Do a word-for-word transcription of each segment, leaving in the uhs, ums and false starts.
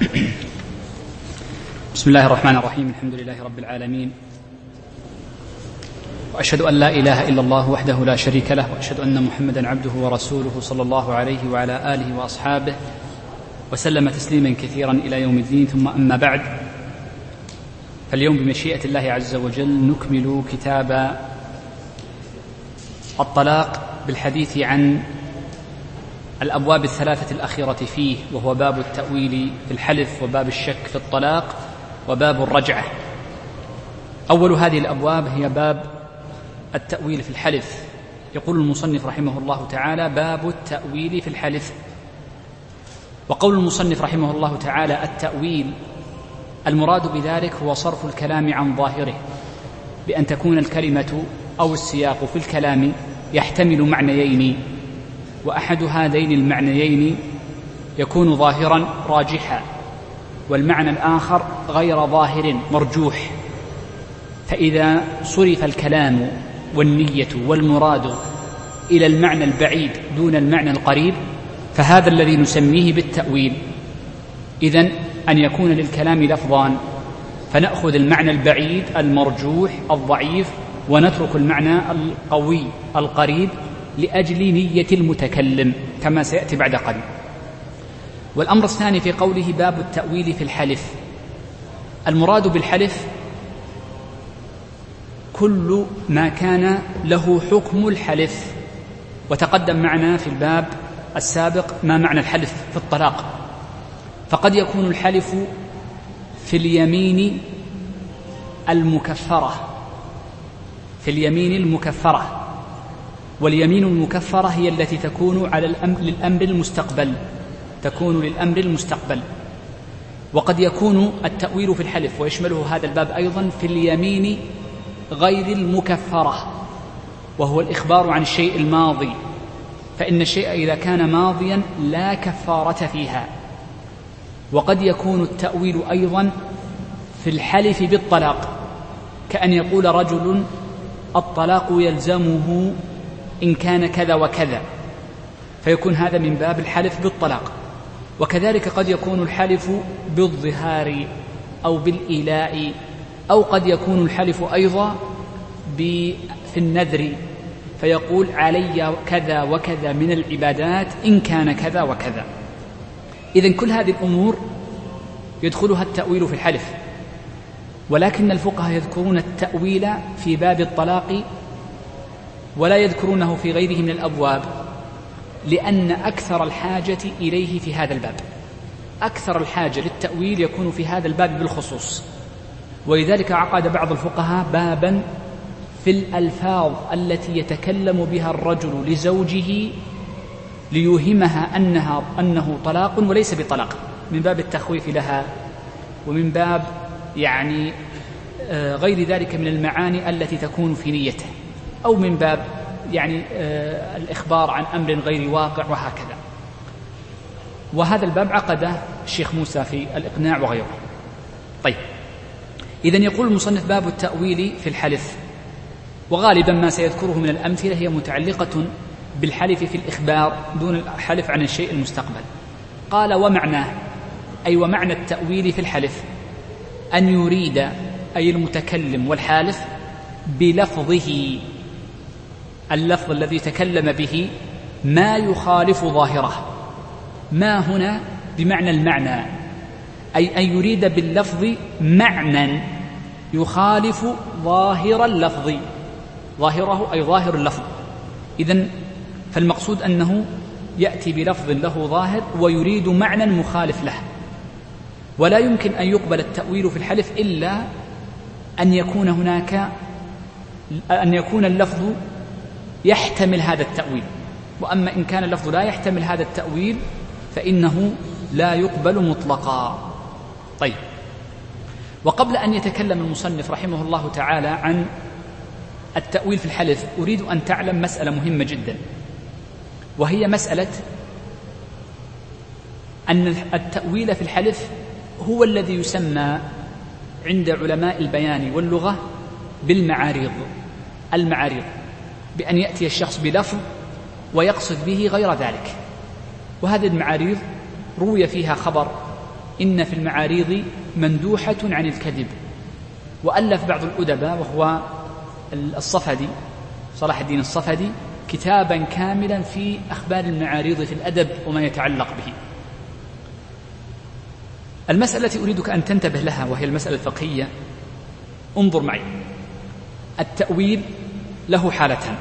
بسم الله الرحمن الرحيم. الحمد لله رب العالمين، وأشهد أن لا إله إلا الله وحده لا شريك له، وأشهد أن محمدا عبده ورسوله صلى الله عليه وعلى آله وأصحابه وسلم تسليما كثيرا إلى يوم الدين. ثم أما بعد، فاليوم بمشيئة الله عز وجل نكمل كتاب الطلاق بالحديث عن الأبواب الثلاثة الأخيرة فيه، وهو باب التأويل في الحلف، وباب الشك في الطلاق، وباب الرجعة. أول هذه الأبواب هي باب التأويل في الحلف. يقول المصنف رحمه الله تعالى: باب التأويل في الحلف. وقول المصنف رحمه الله تعالى التأويل، المراد بذلك هو صرف الكلام عن ظاهره، بأن تكون الكلمة أو السياق في الكلام يحتمل معنيين، وأحد هذين المعنيين يكون ظاهرا راجحا، والمعنى الآخر غير ظاهر مرجوح. فإذا صرف الكلام والنية والمراد إلى المعنى البعيد دون المعنى القريب، فهذا الذي نسميه بالتأويل. إذن أن يكون للكلام لفظان، فنأخذ المعنى البعيد المرجوح الضعيف، ونترك المعنى القوي القريب لأجل نية المتكلم، كما سيأتي بعد قليل. والأمر الثاني في قوله باب التأويل في الحلف، المراد بالحلف كل ما كان له حكم الحلف. وتقدم معنا في الباب السابق ما معنى الحلف في الطلاق، فقد يكون الحلف في اليمين المكفرة في اليمين المكفرة واليمين المكفرة هي التي تكون على الأمر للأمر المستقبل تكون للأمر المستقبل وقد يكون التأويل في الحلف، ويشمله هذا الباب أيضا، في اليمين غير المكفرة، وهو الإخبار عن الشيء الماضي، فإن الشيء إذا كان ماضيا لا كفارة فيها. وقد يكون التأويل أيضا في الحلف بالطلاق، كأن يقول رجل الطلاق يلزمه إن كان كذا وكذا، فيكون هذا من باب الحلف بالطلاق. وكذلك قد يكون الحلف بالظهار أو بالإيلاء، أو قد يكون الحلف أيضا في النذر، فيقول علي كذا وكذا من العبادات إن كان كذا وكذا. إذن كل هذه الأمور يدخلها التأويل في الحلف، ولكن الفقهاء يذكرون التأويل في باب الطلاق ولا يذكرونه في غيره من الأبواب، لأن أكثر الحاجة إليه في هذا الباب أكثر الحاجة للتأويل يكون في هذا الباب بالخصوص. ولذلك عقد بعض الفقهاء بابا في الألفاظ التي يتكلم بها الرجل لزوجه ليوهمها أنها أنه طلاق وليس بطلاق، من باب التخويف لها، ومن باب يعني غير ذلك من المعاني التي تكون في نيته، أو من باب يعني الإخبار عن أمر غير واقع، وهكذا. وهذا الباب عقده الشيخ موسى في الإقناع وغيره. طيب، إذن يقول المصنف باب التأويل في الحلف، وغالبا ما سيذكره من الأمثلة هي متعلقة بالحلف في الإخبار دون الحلف عن الشيء المستقبل. قال: ومعناه، أي ومعنى التأويل في الحلف، أن يريد أي المتكلم والحالف بلفظه، اللفظ الذي تكلم به، ما يخالف ظاهره. ما هنا بمعنى المعنى، أي أن يريد باللفظ معنى يخالف ظاهر اللفظ، ظاهره أي ظاهر اللفظ. إذن فالمقصود أنه يأتي بلفظ له ظاهر ويريد معنى مخالف له. ولا يمكن أن يقبل التأويل في الحلف إلا أن يكون هناك أن يكون اللفظ يحتمل هذا التأويل، وأما إن كان اللفظ لا يحتمل هذا التأويل فإنه لا يقبل مطلقا. طيب، وقبل أن يتكلم المصنف رحمه الله تعالى عن التأويل في الحلف، أريد أن تعلم مسألة مهمة جدا، وهي مسألة أن التأويل في الحلف هو الذي يسمى عند علماء البيان واللغة بالمعاريض. المعاريض بأن يأتي الشخص بلفظ ويقصد به غير ذلك، وهذه المعاريض روي فيها خبر إن في المعاريض مندوحة عن الكذب. وألف بعض الأدباء وهو الصفدي صلاح الدين الصفدي كتابا كاملا في أخبار المعاريض في الأدب وما يتعلق به. المسألة التي أريدك أن تنتبه لها وهي المسألة الفقهية، انظر معي، التأويل له حالتان: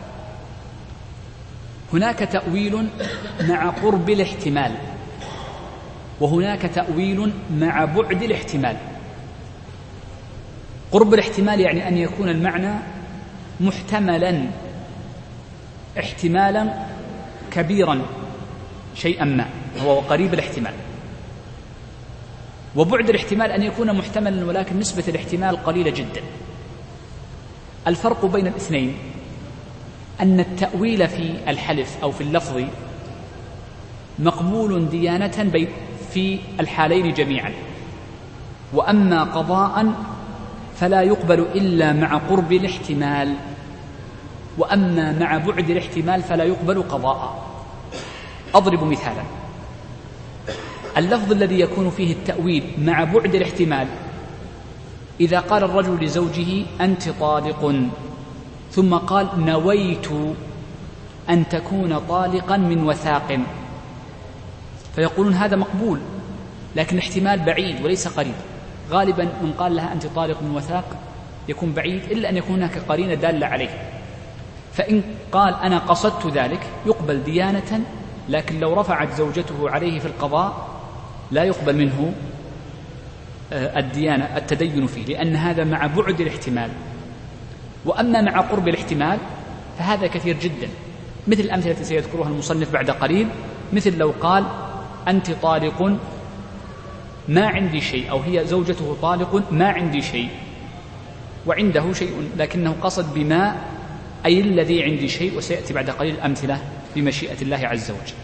هناك تأويل مع قرب الاحتمال، وهناك تأويل مع بعد الاحتمال. قرب الاحتمال يعني أن يكون المعنى محتملا احتمالا كبيرا شيئا ما، هو قريب الاحتمال. وبعد الاحتمال أن يكون محتملا ولكن نسبة الاحتمال قليلة جدا. الفرق بين الاثنين أن التأويل في الحلف أو في اللفظ مقبول ديانة في الحالين جميعا، وأما قضاء فلا يقبل إلا مع قرب الاحتمال، وأما مع بعد الاحتمال فلا يقبل قضاء. أضرب مثالا: اللفظ الذي يكون فيه التأويل مع بعد الاحتمال، إذا قال الرجل لزوجه أنت طالق، ثم قال نويت أن تكون طالقا من وثاق، فيقولون هذا مقبول، لكن احتمال بعيد وليس قريب. غالبا من قال لها أنت طالق من وثاق يكون بعيد، إلا أن يكون هناك قرينة دالة عليه. فإن قال أنا قصدت ذلك يقبل ديانة، لكن لو رفعت زوجته عليه في القضاء لا يقبل منه الديانة التدين فيه، لأن هذا مع بعد الاحتمال. وأما مع قرب الاحتمال فهذا كثير جدا، مثل الأمثلة التي سيذكرها المصنف بعد قليل، مثل لو قال أنت طالق ما عندي شيء، أو هي زوجته طالق ما عندي شيء، وعنده شيء لكنه قصد بما أي الذي عندي شيء، وسيأتي بعد قليل أمثلة بمشيئة الله عز وجل.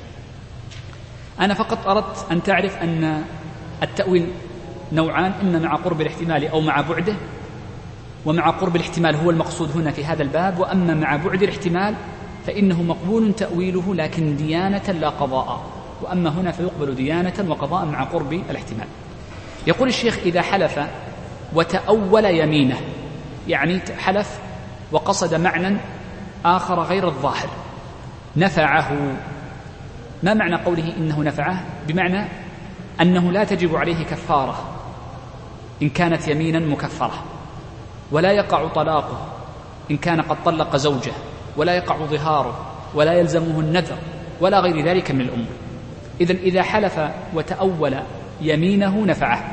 أنا فقط أردت أن تعرف أن التأويل نوعان: إما مع قرب الاحتمال أو مع بعده، ومع قرب الاحتمال هو المقصود هنا في هذا الباب، وأما مع بعد الاحتمال فإنه مقبول تأويله لكن ديانة لا قضاء، وأما هنا فيقبل ديانة وقضاء مع قرب الاحتمال. يقول الشيخ: إذا حلف وتأول يمينه، يعني حلف وقصد معنى آخر غير الظاهر، نفعه. ما معنى قوله إنه نفعه؟ بمعنى أنه لا تجب عليه كفارة إن كانت يمينا مكفرة، ولا يقع طلاقه إن كان قد طلق زوجه، ولا يقع ظهاره، ولا يلزمه النذر، ولا غير ذلك من الأمور. إذن إذا حلف وتأول يمينه نفعه،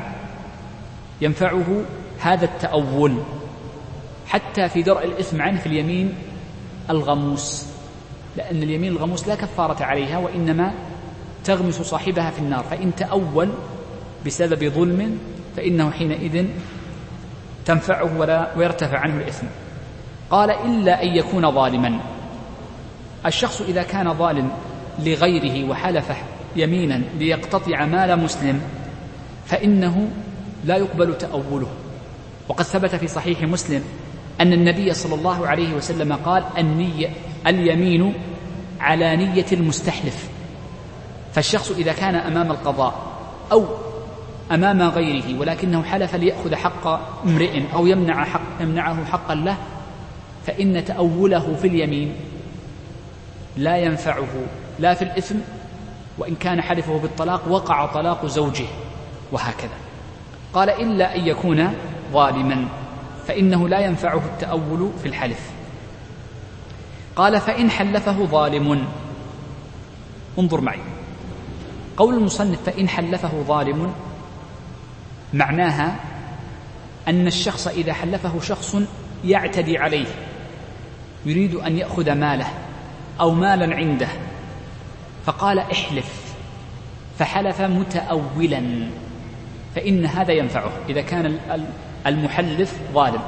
ينفعه هذا التأول حتى في درء الإثم عنه في اليمين الغموس، لأن اليمين الغموس لا كفارة عليها، وإنما تغمس صاحبها في النار. فإن تأول بسبب ظلم فإنه حينئذ تنفعه ولا ويرتفع عنه الإثم. قال: إلا أن يكون ظالما. الشخص إذا كان ظالم لغيره وحلف يمينا ليقتطع مال مسلم فإنه لا يقبل تأوله. وقد ثبت في صحيح مسلم أن النبي صلى الله عليه وسلم قال: النية اليمين على نية المستحلف. فالشخص إذا كان أمام القضاء أو أمام غيره ولكنه حلف ليأخذ حق امرئ أو يمنع حق يمنعه حقا له، فإن تأوله في اليمين لا ينفعه لا في الإثم، وإن كان حلفه بالطلاق وقع طلاق زوجه، وهكذا. قال: إلا أن يكون ظالما، فإنه لا ينفعه التأول في الحلف. قال: فإن حلفه ظالم. انظر معي، قول المصنف فإن حلفه ظالم معناها أن الشخص إذا حلفه شخص يعتدي عليه، يريد أن يأخذ ماله أو مالا عنده، فقال احلف، فحلف متأولا، فإن هذا ينفعه إذا كان المحلف ظالم.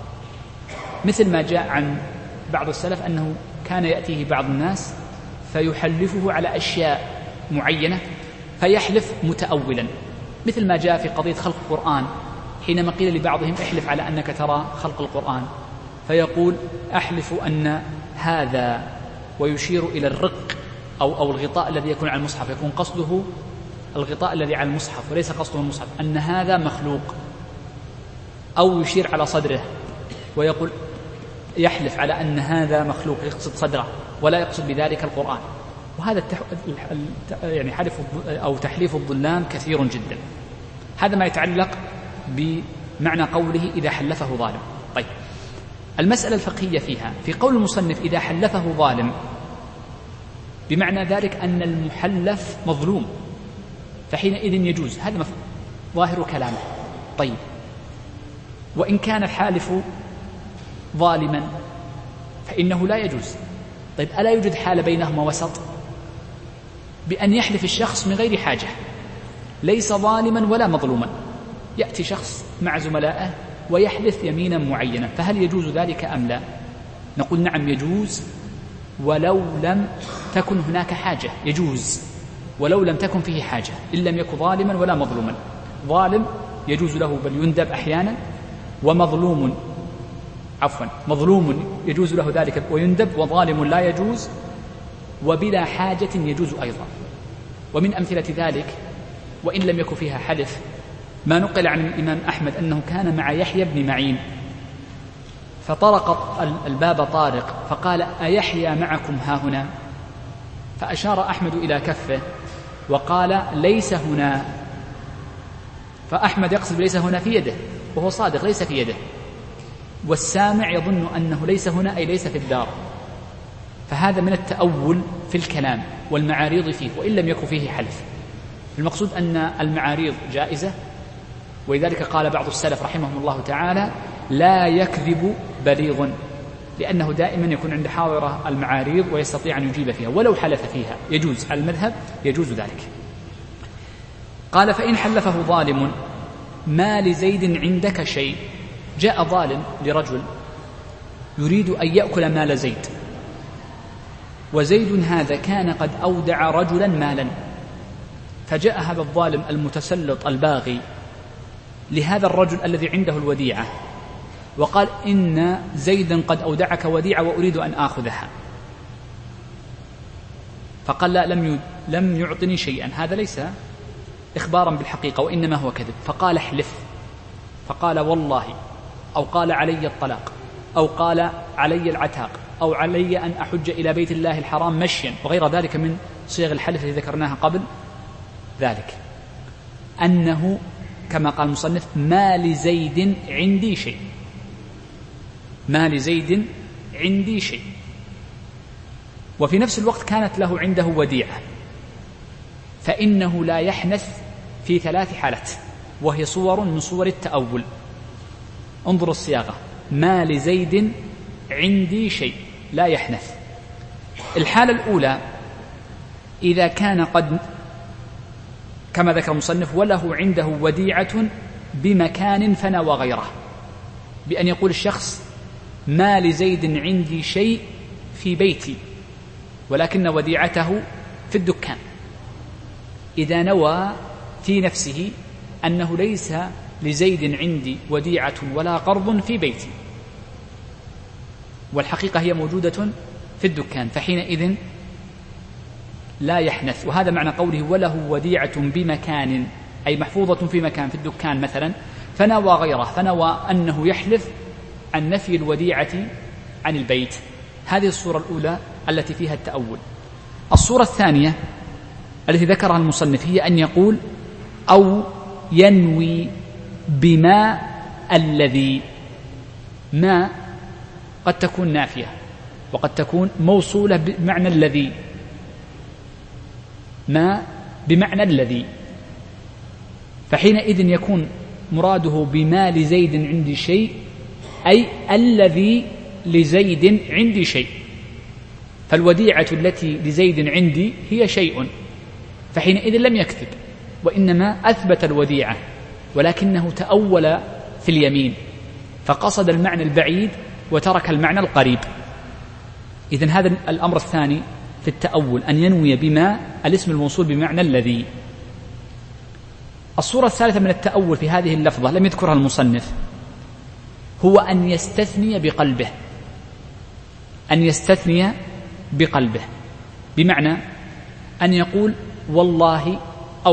مثل ما جاء عن بعض السلف أنه كان يأتيه بعض الناس فيحلفه على أشياء معينة فيحلف متأولا، مثل ما جاء في قضية خلق القرآن، حينما قيل لبعضهم احلف على أنك ترى خلق القرآن، فيقول أحلف أن هذا، ويشير إلى الرق أو, أو الغطاء الذي يكون على المصحف، يكون قصده الغطاء الذي على المصحف وليس قصده المصحف أن هذا مخلوق، أو يشير على صدره ويقول يحلف على أن هذا مخلوق يقصد صدره ولا يقصد بذلك القرآن، وهذا التح... يعني حلف أو تحليف الظلام كثير جدا. هذا ما يتعلق بمعنى قوله إذا حلفه ظالم. طيب، المسألة الفقهية فيها في قول المصنف إذا حلفه ظالم، بمعنى ذلك أن المحلف مظلوم، فحينئذ يجوز، هذا ظاهر كلامه. طيب، وإن كان الحالف ظالما فإنه لا يجوز. طيب، ألا يوجد حال بينهما وسط، بأن يحلف الشخص من غير حاجة، ليس ظالما ولا مظلوما، يأتي شخص مع زملائه ويحلف يمينا معينا، فهل يجوز ذلك أم لا؟ نقول نعم يجوز ولو لم تكن هناك حاجة، يجوز ولو لم تكن فيه حاجة، إن لم يكن ظالما ولا مظلوما. ظالم يجوز له بل يندب أحيانا، ومظلوم عفوا مظلوم يجوز له ذلك ويندب، وظالم لا يجوز، وبلا حاجة يجوز أيضا. ومن أمثلة ذلك وإن لم يكن فيها حلف ما نقل عن الإمام أحمد أنه كان مع يحيى بن معين، فطرق الباب طارق فقال أيحيى معكم هاهنا؟ فأشار أحمد إلى كفه وقال ليس هنا، فأحمد يقصد ليس هنا في يده، وهو صادق ليس في يده، والسامع يظن أنه ليس هنا أي ليس في الدار. فهذا من التأول في الكلام والمعاريض فيه وإن لم يكن فيه حلف. المقصود أن المعاريض جائزة، ولذلك قال بعض السلف رحمهم الله تعالى لا يكذب بليغ، لأنه دائما يكون عند حاضرة المعاريض ويستطيع أن يجيب فيها ولو حلف فيها، يجوز على المذهب يجوز ذلك. قال فإن حلفه ظالم ما لزيد عندك شيء، جاء ظالم لرجل يريد أن يأكل مال زيد، وزيد هذا كان قد أودع رجلا مالا، فجاء هذا الظالم المتسلط الباغي لهذا الرجل الذي عنده الوديعة وقال إن زيدا قد أودعك وديعة وأريد أن آخذها، فقال لا لم لم يعطني شيئا، هذا ليس إخبارا بالحقيقة وإنما هو كذب، فقال احلف، فقال والله، أو قال علي الطلاق، أو قال علي العتاق، أو علي أن أحج إلى بيت الله الحرام مشيا، وغير ذلك من صيغ الحلف التي ذكرناها قبل ذلك، أنه كما قال المصنف ما لزيد عندي شيء، ما لزيد عندي شيء، وفي نفس الوقت كانت له عنده وديعة، فإنه لا يحنث في ثلاث حالات، وهي صور من صور التأول. انظروا الصياغة، ما لزيد عندي شيء، لا يحنث. الحالة الأولى إذا كان قد كما ذكر المصنف وله عنده وديعة بمكان فنوى غيره، بأن يقول الشخص ما لزيد عندي شيء في بيتي ولكن وديعته في الدكان، إذا نوى في نفسه أنه ليس لزيد عندي وديعة ولا قرض في بيتي والحقيقة هي موجودة في الدكان، فحينئذ لا يحنث. وهذا معنى قوله وله وديعة بمكان، أي محفوظة في مكان في الدكان مثلا، فنوى غيره، فنوى أنه يحلف عن نفي الوديعة عن البيت. هذه الصورة الأولى التي فيها التأول. الصورة الثانية التي ذكرها المصنف هي أن يقول أو ينوي بما الذي، ما قد تكون نافية وقد تكون موصولة بمعنى الذي، ما بمعنى الذي، فحينئذ يكون مراده بما لزيد عندي شيء أي الذي لزيد عندي شيء، فالوديعة التي لزيد عندي هي شيء، فحينئذ لم يكذب وإنما أثبت الوديعة، ولكنه تأول في اليمين فقصد المعنى البعيد وترك المعنى القريب. إذن هذا الأمر الثاني في التأول، أن ينوي بما الاسم الموصول بمعنى الذي. الصورة الثالثة من التأول في هذه اللفظة لم يذكرها المصنف، هو أن يستثني بقلبه، أن يستثني بقلبه، بمعنى أن يقول والله أو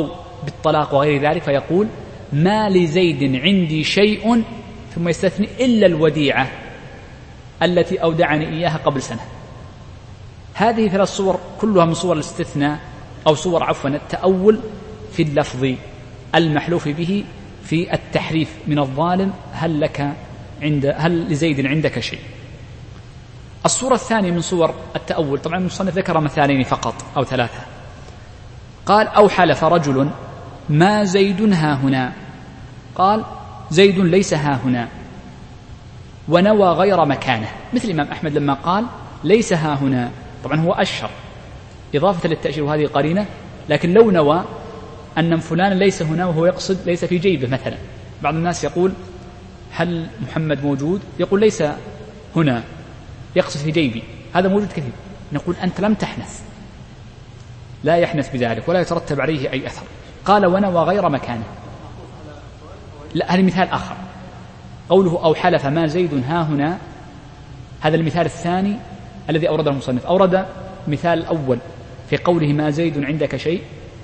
بالطلاق وغير ذلك فيقول ما لزيد عندي شيء ثم يستثني إلا الوديعة التي أودعني إياها قبل سنة. هذه ثلاث صور كلها من صور الاستثناء أو صور عفوا التأول في اللفظ المحلوف به في التحريف من الظالم هل لك عند هل لزيد عندك شيء. الصورة الثانية من صور التأول، طبعا المصنف ذكر مثالين فقط أو ثلاثة، قال أو حلف رجل ما زيد ها هنا، قال زيد ليس ها هنا ونوى غير مكانه، مثل الإمام أحمد لما قال ليس ها هنا، طبعا هو أشهر إضافة للتأشير وهذه قرينة، لكن لو نوى أن فلان ليس هنا وهو يقصد ليس في جيبه مثلا، بعض الناس يقول هل محمد موجود، يقول ليس هنا يقصد في جيبي، هذا موجود كثير، نقول أنت لم تحنث، لا يحنث بذلك ولا يترتب عليه أي أثر. قال ونوى غير مكانه، لا هذا مثال آخر، قوله أو حلف ما زيد ها هنا، هذا المثال الثاني الذي أورده المصنف. أورد مثال الأول في قوله ما زيد عندك شيء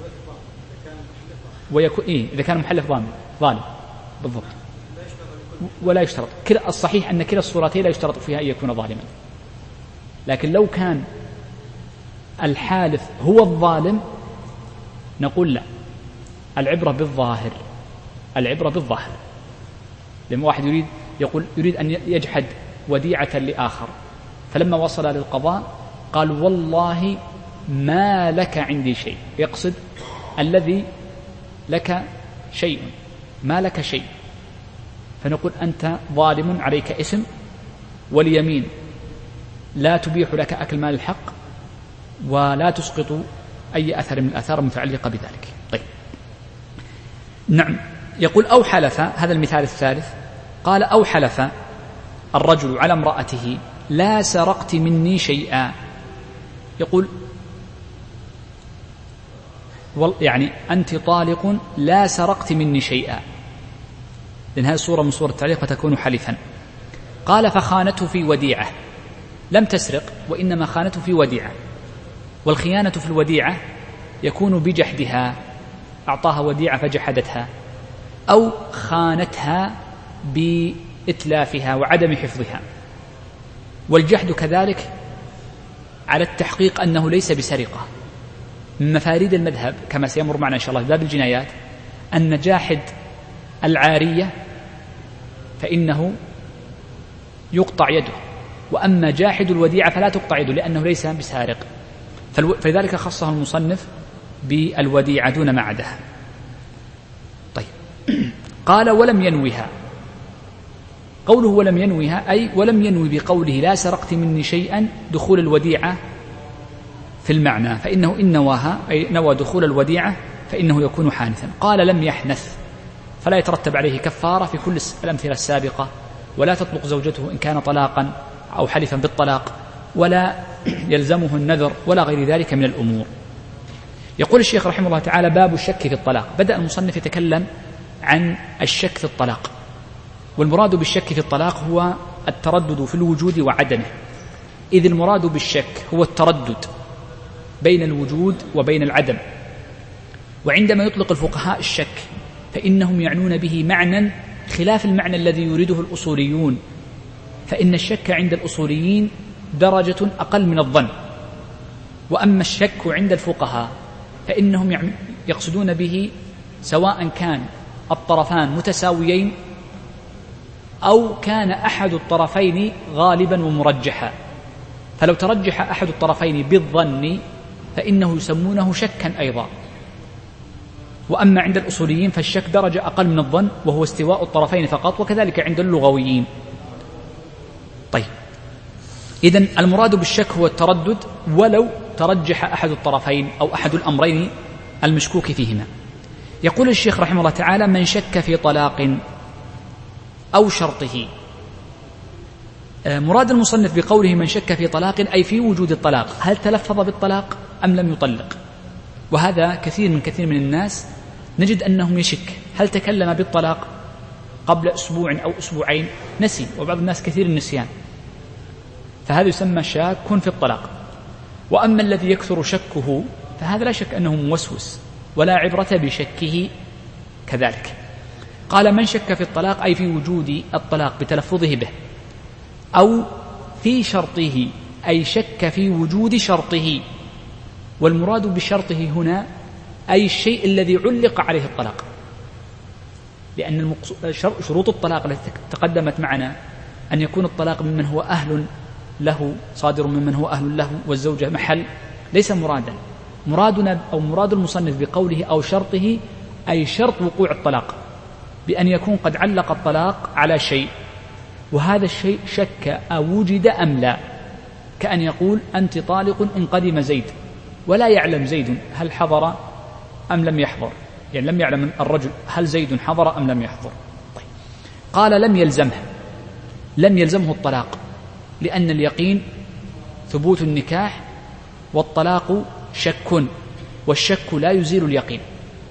ويكون إيه إذا كان محلف ظالم ظالم بالضبط، ولا يشترط كلا، الصحيح أن كلا الصورتين لا يشترط فيها أن يكون ظالما، لكن لو كان الحالف هو الظالم نقول لا، العبرة بالظاهر، العبرة بالظاهر. لما واحد يريد يقول يريد أن يجحد وديعة لآخر، فلما وصل للقضاء قال والله ما لك عندي شيء، يقصد الذي لك شيء، ما لك شيء، فنقول أنت ظالم عليك اسم، واليمين لا تبيح لك أكل مال الحق ولا تسقط أي أثر من الآثار المتعلقة بذلك. طيب نعم، يقول أو حلف، هذا المثال الثالث، قال أو حلف الرجل على امرأته لا سرقت مني شيئا، يقول يعني أنت طالق لا سرقت مني شيئا، لأن هذه صورة من صور التعليق فتكون حلفا. قال فخانته في وديعة، لم تسرق وإنما خانته في وديعة، والخيانة في الوديعة يكون بجحدها، أعطاها وديعة فجحدتها، أو خانتها بإتلافها وعدم حفظها. والجحد كذلك على التحقيق أنه ليس بسرقة. من مفاريد المذهب كما سيمر معنا إن شاء الله في باب الجنايات أن جاحد العارية فإنه يقطع يده، وأما جاحد الوديعة فلا تقطع يده لأنه ليس بسارق، فلذلك خصه المصنف بالوديعة دون ما عداها. طيب قال ولم ينوها، قوله ولم ينوها أي ولم ينوي بقوله لا سرقت مني شيئا دخول الوديعة في المعنى، فإنه إن نواها أي نوى دخول الوديعة فإنه يكون حانثا. قال لم يحنث، فلا يترتب عليه كفارة في كل الأمثلة السابقة، ولا تطلق زوجته إن كان طلاقا أو حلفا بالطلاق، ولا يلزمه النذر ولا غير ذلك من الأمور. يقول الشيخ رحمه الله تعالى باب الشك في الطلاق. بدأ المصنف يتكلم عن الشك في الطلاق، والمراد بالشك في الطلاق هو التردد في الوجود وعدمه، إذ المراد بالشك هو التردد بين الوجود وبين العدم. وعندما يطلق الفقهاء الشك فإنهم يعنون به معنى خلاف المعنى الذي يريده الأصوليون، فإن الشك عند الأصوليين درجة أقل من الظن، وأما الشك عند الفقهاء فإنهم يقصدون به سواء كان الطرفان متساويين أو كان أحد الطرفين غالبا ومرجحا، فلو ترجح أحد الطرفين بالظن فإنه يسمونه شكا أيضا. وأما عند الأصوليين فالشك درجة أقل من الظن وهو استواء الطرفين فقط، وكذلك عند اللغويين. طيب إذن المراد بالشك هو التردد ولو ترجح أحد الطرفين أو أحد الأمرين المشكوك فيهما. يقول الشيخ رحمه الله تعالى من شك في طلاق أو شرطه. مراد المصنف بقوله من شك في طلاق أي في وجود الطلاق، هل تلفظ بالطلاق أم لم يطلق؟ وهذا كثير من كثير من الناس نجد أنهم يشك هل تكلم بالطلاق قبل أسبوع أو أسبوعين، نسي، وبعض الناس كثير النسيان، فهذا يسمى شاك في الطلاق. وأما الذي يكثر شكه فهذا لا شك أنه موسوس ولا عبرة بشكه كذلك. قال من شك في الطلاق أي في وجود الطلاق بتلفظه به، أو في شرطه أي شك في وجود شرطه، والمراد بشرطه هنا أي الشيء الذي علق عليه الطلاق، لأن شروط الطلاق التي تقدمت معنا أن يكون الطلاق ممن هو أهل له، صادر ممن هو أهل له، والزوجة محل، ليس مرادا. مرادنا أو مراد المصنف بقوله أو شرطه أي شرط وقوع الطلاق، بأن يكون قد علق الطلاق على شيء، وهذا الشيء شك أوجد أم لا، كأن يقول أنت طالق إن قدم زيد، ولا يعلم زيد هل حضر أم لم يحضر، يعني لم يعلم الرجل هل زيد حضر أم لم يحضر. طيب. قال لم يلزمه، لم يلزمه الطلاق، لأن اليقين ثبوت النكاح، والطلاق شك، والشك لا يزيل اليقين.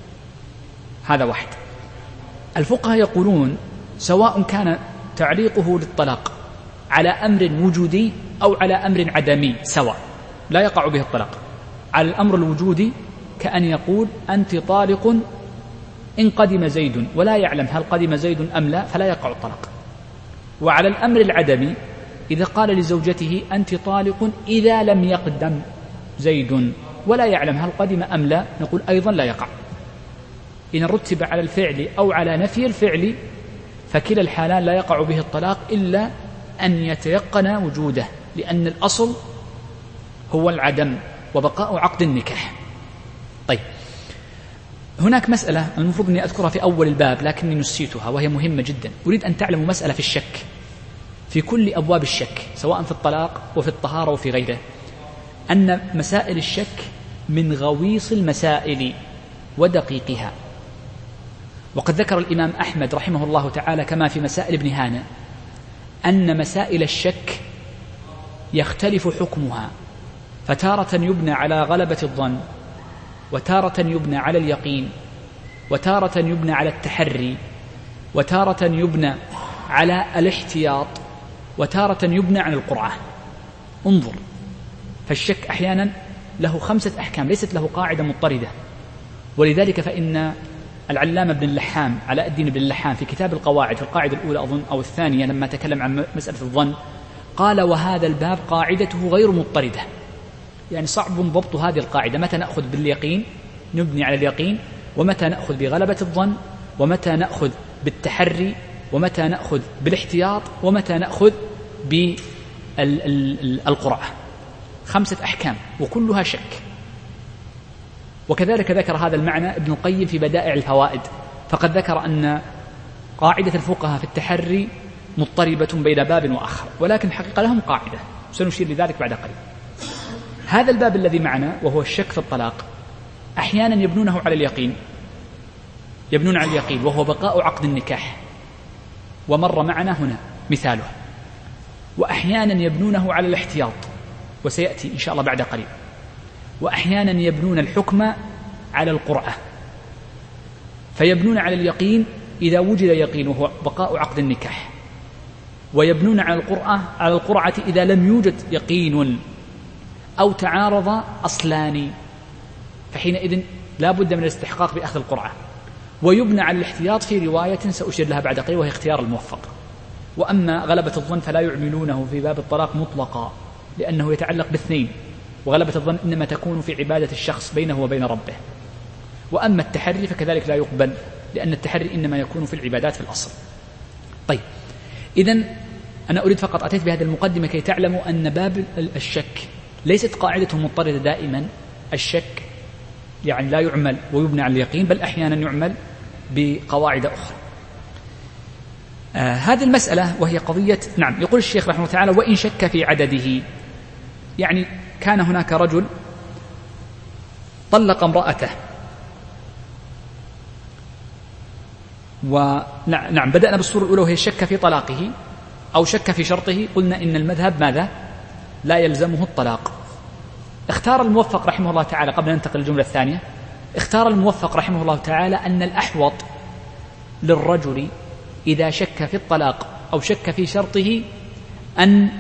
هذا واحد. الفقهاء يقولون سواء كان تعليقه للطلاق على أمر وجودي أو على أمر عدمي سواء، لا يقع به الطلاق. على الأمر الوجودي كأن يقول أنت طالق إن قدم زيد، ولا يعلم هل قدم زيد أم لا، فلا يقع الطلاق. وعلى الأمر العدمي إذا قال لزوجته أنت طالق إذا لم يقدم زيد، ولا يعلم هل قدم أم لا، نقول أيضا لا يقع. إن رتب على الفعل أو على نفي الفعل فكلا الحالان لا يقع به الطلاق إلا أن يتيقن وجوده، لأن الأصل هو العدم وبقاء عقد النكاح. طيب، هناك مسألة المفروض أني أذكرها في أول الباب لكني نسيتها وهي مهمة جدا. أريد أن تعلموا مسألة في الشك، في كل أبواب الشك سواء في الطلاق وفي الطهارة وفي غيره، أن مسائل الشك من غويص المسائل ودقيقها. وقد ذكر الإمام أحمد رحمه الله تعالى كما في مسائل ابن هانة أن مسائل الشك يختلف حكمها، فتارة يبنى على غلبة الظن، وتارة يبنى على اليقين، وتارة يبنى على التحري، وتارة يبنى على الاحتياط، وتارة يبنى على القرعة. انظر، فالشك أحيانا له خمسة أحكام، ليست له قاعدة مضطردة. ولذلك فإن العلامة بن اللحام علاء الدين بن اللحام في كتاب القواعد في القاعدة الأولى أظن أو الثانية لما تكلم عن مسألة الظن قال وهذا الباب قاعدته غير مضطردة، يعني صعب ضبط هذه القاعدة، متى نأخذ باليقين نبني على اليقين، ومتى نأخذ بغلبة الظن، ومتى نأخذ بالتحري، ومتى نأخذ بالاحتياط، ومتى نأخذ بالقرعة. خمسة أحكام وكلها شك. وكذلك ذكر هذا المعنى ابن القيم في بدائع الفوائد، فقد ذكر أن قاعدة الفقهاء في التحري مضطربة بين باب وآخر، ولكن حقيقة لهم قاعدة سنشير لذلك بعد قليل. هذا الباب الذي معنا وهو الشك في الطلاق أحيانا يبنونه على اليقين، يبنون على اليقين وهو بقاء عقد النكاح، ومر معنا هنا مثاله. وأحيانا يبنونه على الاحتياط، وسيأتي إن شاء الله بعد قليل. وأحيانا يبنون الحكم على القرعة، فيبنون على اليقين إذا وجد يقين وهو بقاء عقد النكاح، ويبنون على القرعة على القرعة إذا لم يوجد يقين أو تعارض أصلان، فحينئذ لا بد من الاستحقاق بأخذ القرعة. ويبنى على الاحتياط في رواية سأشير لها بعد قليل وهي اختيار الموفق. وأما غلبة الظن فلا يعملونه في باب الطلاق مطلقا، لأنه يتعلق باثنين، وغلبة الظن إنما تكون في عبادة الشخص بينه وبين ربه. وأما التحري فكذلك لا يقبل، لأن التحري إنما يكون في العبادات في الأصل. طيب، إذن أنا أريد فقط أتيت بهذه المقدمة كي تعلموا أن باب الشك ليست قاعدته مضطردة دائما. الشك يعني لا يعمل ويبنى على اليقين، بل أحيانا يعمل بقواعد أخرى. آه هذه المسألة وهي قضية، نعم، يقول الشيخ رحمه الله تعالى وإن شك في عدده، يعني كان هناك رجل طلق امرأته، ونعم بدأنا بالصورة الأولى وهي الشك في طلاقه أو شك في شرطه. قلنا إن المذهب ماذا؟ لا يلزمه الطلاق. اختار الموفق رحمه الله تعالى، قبل أن ننتقل للجملة الثانية، اختار الموفق رحمه الله تعالى أن الأحوط للرجل إذا شك في الطلاق أو شك في شرطه أن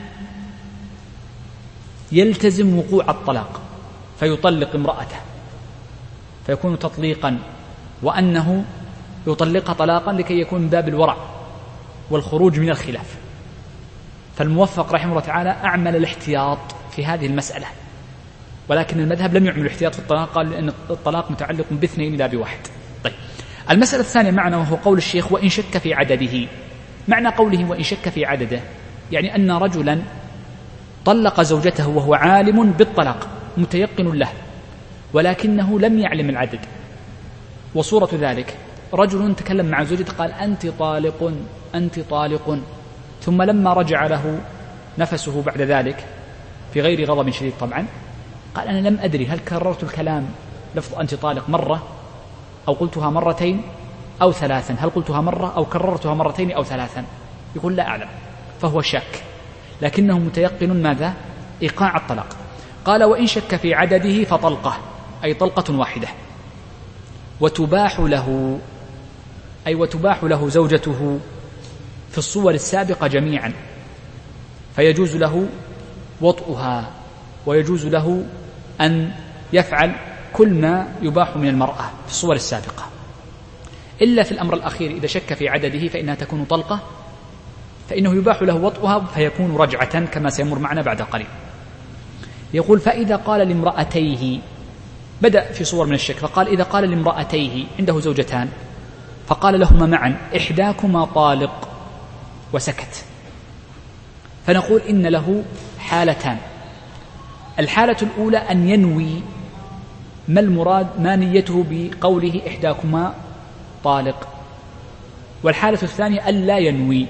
يلتزم وقوع الطلاق فيطلق امرأته، فيكون تطليقا، وأنه يطلقها طلاقا لكي يكون من باب الورع والخروج من الخلاف. فالموفق رحمه الله تعالى أعمل الاحتياط في هذه المسألة، ولكن المذهب لم يعمل الاحتياط في الطلاق، قال لأن الطلاق متعلق باثنين لا بواحد. طيب، المسألة الثانية معنى وهو قول الشيخ وإن شك في عدده. معنى قوله وإن شك في عدده يعني أن رجلا طلق زوجته وهو عالم بالطلاق متيقن له، ولكنه لم يعلم العدد. وصورة ذلك رجل تكلم مع زوجته قال أنت طالق أنت طالق، ثم لما رجع له نفسه بعد ذلك في غير غضب شديد طبعا قال أنا لم أدري هل كررت الكلام لفظ أنت طالق مرة أو قلتها مرتين أو ثلاثا، هل قلتها مرة أو كررتها مرتين أو ثلاثا؟ يقول لا أعلم، فهو شاك، لكنه متيقن ماذا؟ إيقاع الطلاق. قال وإن شك في عدده فطلقة، أي طلقة واحدة، وتباح له، أي وتباح له زوجته في الصور السابقة جميعا، فيجوز له وطئها ويجوز له أن يفعل كل ما يباح من المرأة في الصور السابقة، إلا في الأمر الأخير إذا شك في عدده فإنها تكون طلقة، فإنه يباح له وطئها فيكون رجعة كما سيمر معنا بعد قليل. يقول فإذا قال لامرأتيه، بدأ في صور من الشك، فقال إذا قال لامرأتيه، عنده زوجتان، فقال لهما معا إحداكما طالق وسكت، فنقول إن له حالتان. الحالة الأولى أن ينوي ما المراد، ما نيته بقوله إحداكما طالق، والحالة الثانية ألا ينوي.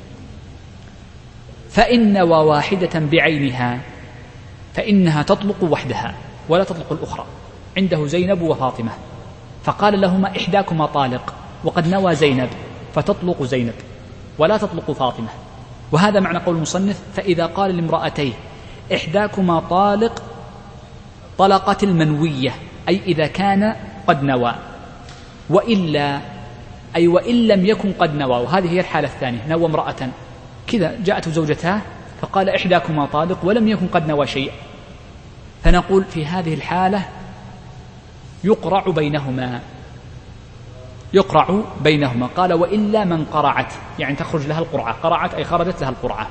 فإن نوى واحدة بعينها فإنها تطلق وحدها ولا تطلق الأخرى. عنده زينب وفاطمة، فقال لهما إحداكما طالق، وقد نوى زينب فتطلق زينب ولا تطلق فاطمة. وهذا معنى قول المصنف فإذا قال لامرأتيه إحداكما طالق طلقت المنوية، أي إذا كان قد نوى، وإلا أي وإن لم يكن قد نوى. وهذه هي الحالة الثانية، نوى امرأة كذا جاءته زوجتها فقال إحداكما طالق ولم يكن قد نوى شيء، فنقول في هذه الحالة يقرع بينهما، يقرع بينهما. قال وإلا من قرعت، يعني تخرج لها القرعة، قرعت أي خرجت لها القرعة،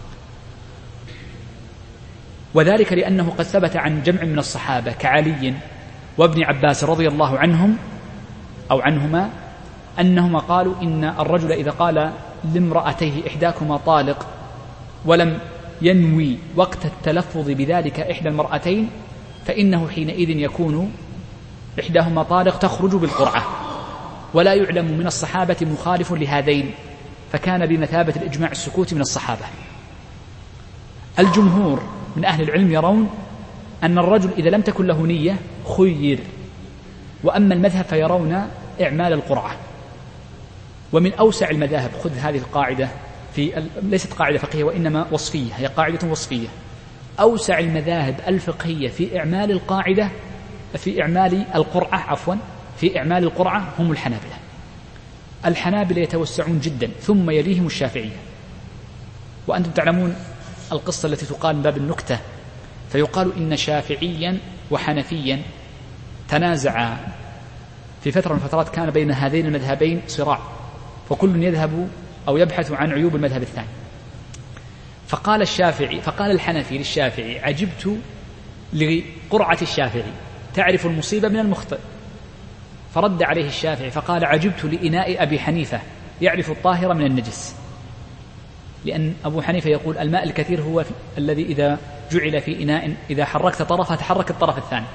وذلك لأنه قد ثبت عن جمع من الصحابة كعلي وابن عباس رضي الله عنهم أو عنهما أنهما قالوا إن الرجل إذا قال لامرأتيه إحداكما طالق ولم ينوي وقت التلفظ بذلك إحدى المرأتين فإنه حينئذ يكون إحداهما طالق تخرج بالقرعة، ولا يعلم من الصحابة مخالف لهذين، فكان بمثابة الإجماع السكوت من الصحابة. الجمهور من أهل العلم يرون أن الرجل إذا لم تكن له نية خير، وأما المذهب فيرون إعمال القرعة. ومن أوسع المذاهب، خذ هذه القاعدة، في ليست قاعدة فقهية وإنما وصفية، هي قاعدة وصفية، أوسع المذاهب الفقهية في إعمال القاعدة في إعمال القرعة عفوا في إعمال القرعة هم الحنابلة. الحنابلة يتوسعون جدا، ثم يليهم الشافعية. وأنتم تعلمون القصة التي تقال من باب النكتة، فيقال إن شافعيا وحنفيا تنازعا في فترة من الفترات، كان بين هذين المذهبين صراع، فكل يذهب أو يبحث عن عيوب المذهب الثاني. فقال الشافعي فقال الحنفي للشافعي عجبت لقرعة الشافعي، تعرف المصيبة من المخطئ. فرد عليه الشافعي فقال عجبت لإناء أبي حنيفة يعرف الطاهر من النجس، لأن أبو حنيفة يقول الماء الكثير هو الذي إذا جعل في إناء إذا حركت طرفه تحرك الطرف الثاني،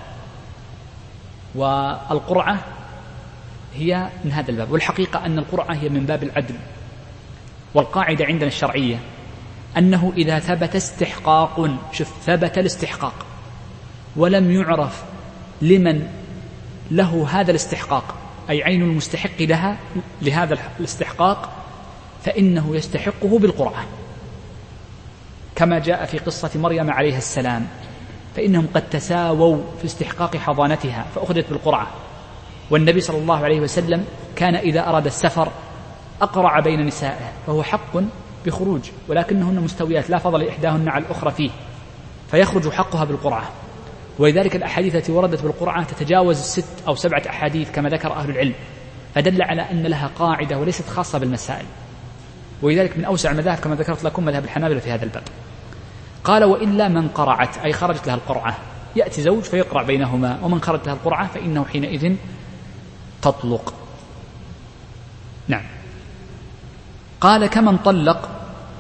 والقرعة هي من هذا الباب. والحقيقة أن القرعة هي من باب العدل، والقاعدة عندنا الشرعية أنه إذا ثبت استحقاق، شوف ثبت الاستحقاق ولم يعرف لمن له هذا الاستحقاق، أي عين المستحق لها لهذا الاستحقاق، فإنه يستحقه بالقرعة، كما جاء في قصة مريم عليها السلام، فإنهم قد تساووا في استحقاق حضانتها فأخذت بالقرعة. والنبي صلى الله عليه وسلم كان إذا أراد السفر أقرع بين نسائه، فهو حق بخروج، ولكنهن مستويات لا فضل إحداهن على الأخرى فيه، فيخرج حقها بالقرعة. ولذلك الأحاديث التي وردت بالقرعة تتجاوز الست أو سبعة أحاديث كما ذكر أهل العلم، فدل على أن لها قاعدة وليست خاصة بالمسائل. ولذلك من أوسع المذاهب كما ذكرت لكم مذهب الحنابلة في هذا الباب. قال وإلا من قرعت أي خرجت لها القرعة، يأتي زوج فيقرع بينهما، ومن خرجت لها القرعة فإنه حينئذ تطلق. نعم. قال كمن طلق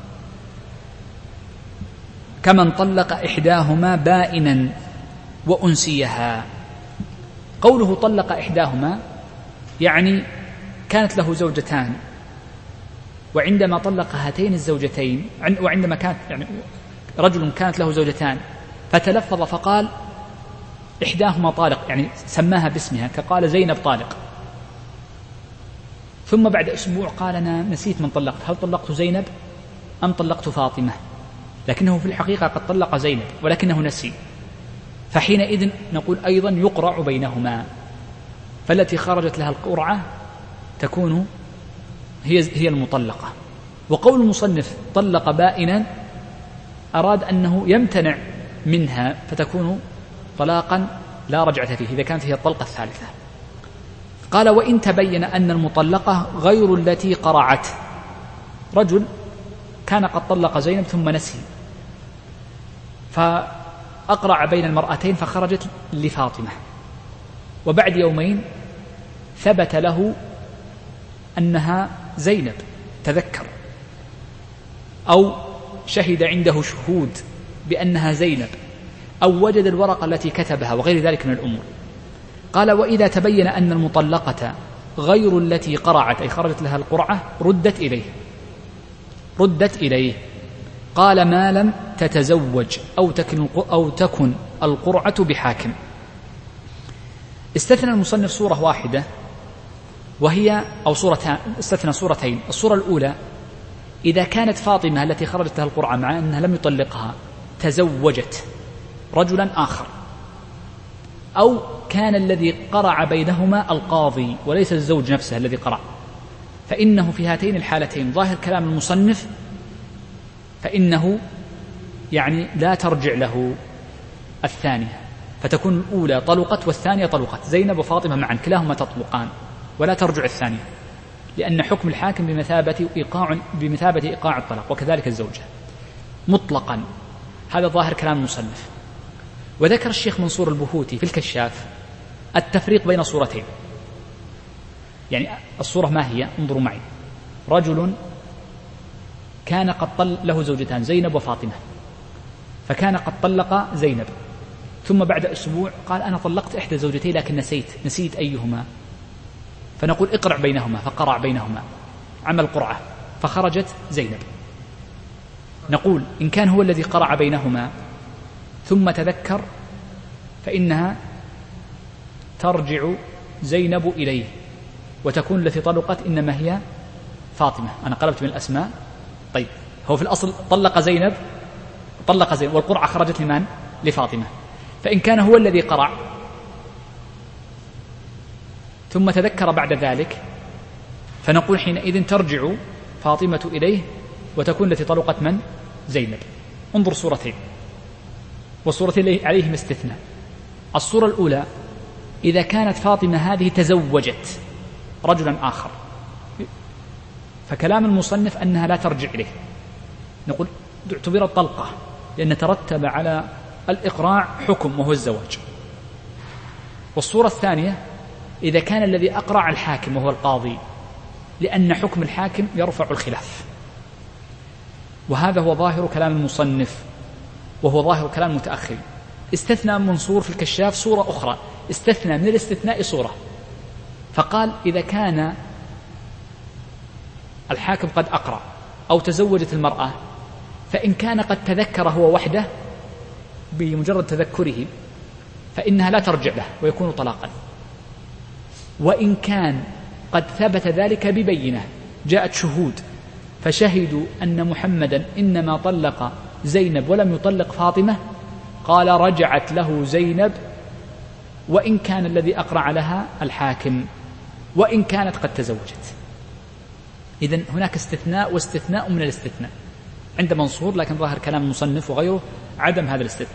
كمن طلق إحداهما بائنا وأنسيها. قوله طلق إحداهما يعني كانت له زوجتان، وعندما طلق هاتين الزوجتين، وعندما كانت يعني رجل كانت له زوجتان فتلفظ فقال إحداهما طالق، يعني سماها باسمها كقال زينب طالق، ثم بعد أسبوع قال أنا نسيت من طلقت، هل طلقت زينب أم طلقت فاطمة؟ لكنه في الحقيقة قد طلق زينب ولكنه نسي، فحينئذ نقول أيضا يقرع بينهما، فالتي خرجت لها القرعة تكون هي هي المطلقة. وقول المصنف طلق بائنا أراد أنه يمتنع منها فتكون طلاقا لا رجعة فيه إذا كانت هي الطلقة الثالثة. قال وإن تبين أن المطلقة غير التي قرعت، رجل كان قد طلق زينب ثم نسي فأقرع بين المرأتين فخرجت لفاطمة، وبعد يومين ثبت له أنها زينب تذكر، أو شهد عنده شهود بأنها زينب، أو وجد الورقة التي كتبها وغير ذلك من الأمور. قال وإذا تبين أن المطلقة غير التي قرعت أي خرجت لها القرعة ردت إليه ردت إليه قال ما لم تتزوج أو تكن, أو تكن القرعة بحاكم. استثنى المصنف صورة واحدة وهي أو صورتان، استثنى صورتين. الصورة الأولى إذا كانت فاطمة التي خرجت لها القرعة مع أنها لم يطلقها تزوجت رجلا آخر، أو كان الذي قرع بينهما القاضي وليس الزوج نفسه الذي قرع، فإنه في هاتين الحالتين ظاهر كلام المصنف فإنه يعني لا ترجع له الثانية، فتكون الأولى طلقت والثانية طلقت، زينب وفاطمة معا كلاهما تطلقان ولا ترجع الثانية، لأن حكم الحاكم بمثابة إيقاع بمثابة إيقاع الطلاق، وكذلك الزوجة مطلقا. هذا ظاهر كلام المصنف. وذكر الشيخ منصور البهوتي في الكشاف التفريق بين صورتين، يعني الصورة ما هي؟ انظروا معي، رجل كان قد طل له زوجتان زينب وفاطمة، فكان قد طلق زينب، ثم بعد أسبوع قال أنا طلقت إحدى زوجتي لكن نسيت نسيت أيهما، فنقول اقرع بينهما، فقرع بينهما عمل قرعة فخرجت زينب. نقول إن كان هو الذي قرع بينهما ثم تذكر فإنها ترجع زينب إليه، وتكون التي طلقت إنما هي فاطمة. أنا قلبت من الأسماء. طيب هو في الأصل طلق زينب طلق زينب والقرعة خرجت لمن؟ لفاطمة. فإن كان هو الذي قرع ثم تذكر بعد ذلك فنقول حينئذ ترجع فاطمة إليه وتكون التي طلقت من؟ زينب. انظر صورتين، والصورتين عليهم استثناء. الصورة الأولى إذا كانت فاطمة هذه تزوجت رجلا آخر، فكلام المصنف أنها لا ترجع إليه، نقول اعتبرت طلقة لأن ترتب على الإقراع حكم وهو الزواج. والصورة الثانية إذا كان الذي أقرع الحاكم وهو القاضي، لأن حكم الحاكم يرفع الخلاف، وهذا هو ظاهر كلام المصنف وهو ظاهر كلام المتأخر. استثنى منصور في الكشاف صورة أخرى، استثنى من الاستثناء صورة، فقال إذا كان الحاكم قد أقرع أو تزوجت المرأة، فإن كان قد تذكر هو وحده بمجرد تذكره فإنها لا ترجع له ويكون طلاقا. وإن كان قد ثبت ذلك ببينة، جاءت شهود فشهدوا أن محمدا إنما طلق زينب ولم يطلق فاطمة، قال رجعت له زينب وإن كان الذي أقرع لها الحاكم وإن كانت قد تزوجت. إذن هناك استثناء واستثناء من الاستثناء عند منصور، لكن ظاهر كلام المصنف وغيره عدم هذا الاستثناء.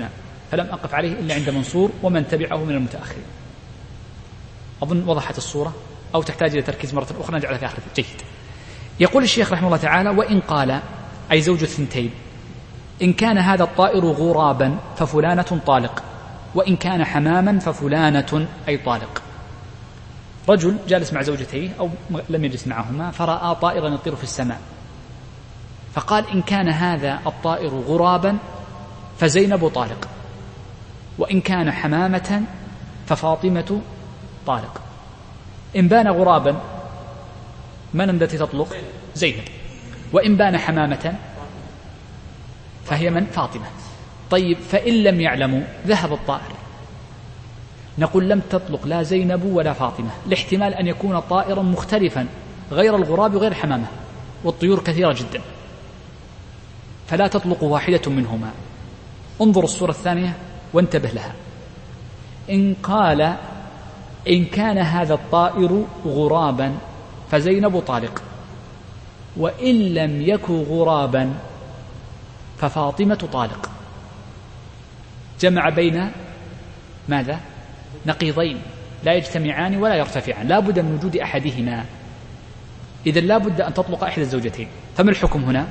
فلم أقف عليه إلا عند منصور ومن تبعه من المتأخرين. أظن وضحت الصورة أو تحتاج إلى تركيز مرة أخرى نجعلها في آخر. جيد. يقول الشيخ رحمه الله تعالى: وإن قال أي زوج الثنتين إن كان هذا الطائر غرابا ففلانة طالق، وإن كان حماما ففلانة أي طالق. رجل جالس مع زوجتيه أو لم يجلس معهما فرأى طائرا يطير في السماء، فقال: إن كان هذا الطائر غرابا فزينب طالق، وإن كان حمامة ففاطمة طالق. إن بان غرابا من التي تطلق؟ زينب. وإن بان حمامة فهي من؟ فاطمة. طيب، فإن لم يعلموا ذهب الطائر، نقول لم تطلق لا زينب ولا فاطمة، لاحتمال أن يكون طائرا مختلفا غير الغراب وغير الحمامة، والطيور كثيرة جدا، فلا تطلق واحدة منهما. انظر الصورة الثانية وانتبه لها. إن قال إن كان هذا الطائر غرابا فزينب طالق، وإن لم يكن غرابا ففاطمة طالق، جمع بين ماذا؟ نقيضين لا يجتمعان ولا يرتفعان، لا بد من وجود أحدهما، إذن لا بد أن تطلق أحد الزوجتين. فما الحكم هنا؟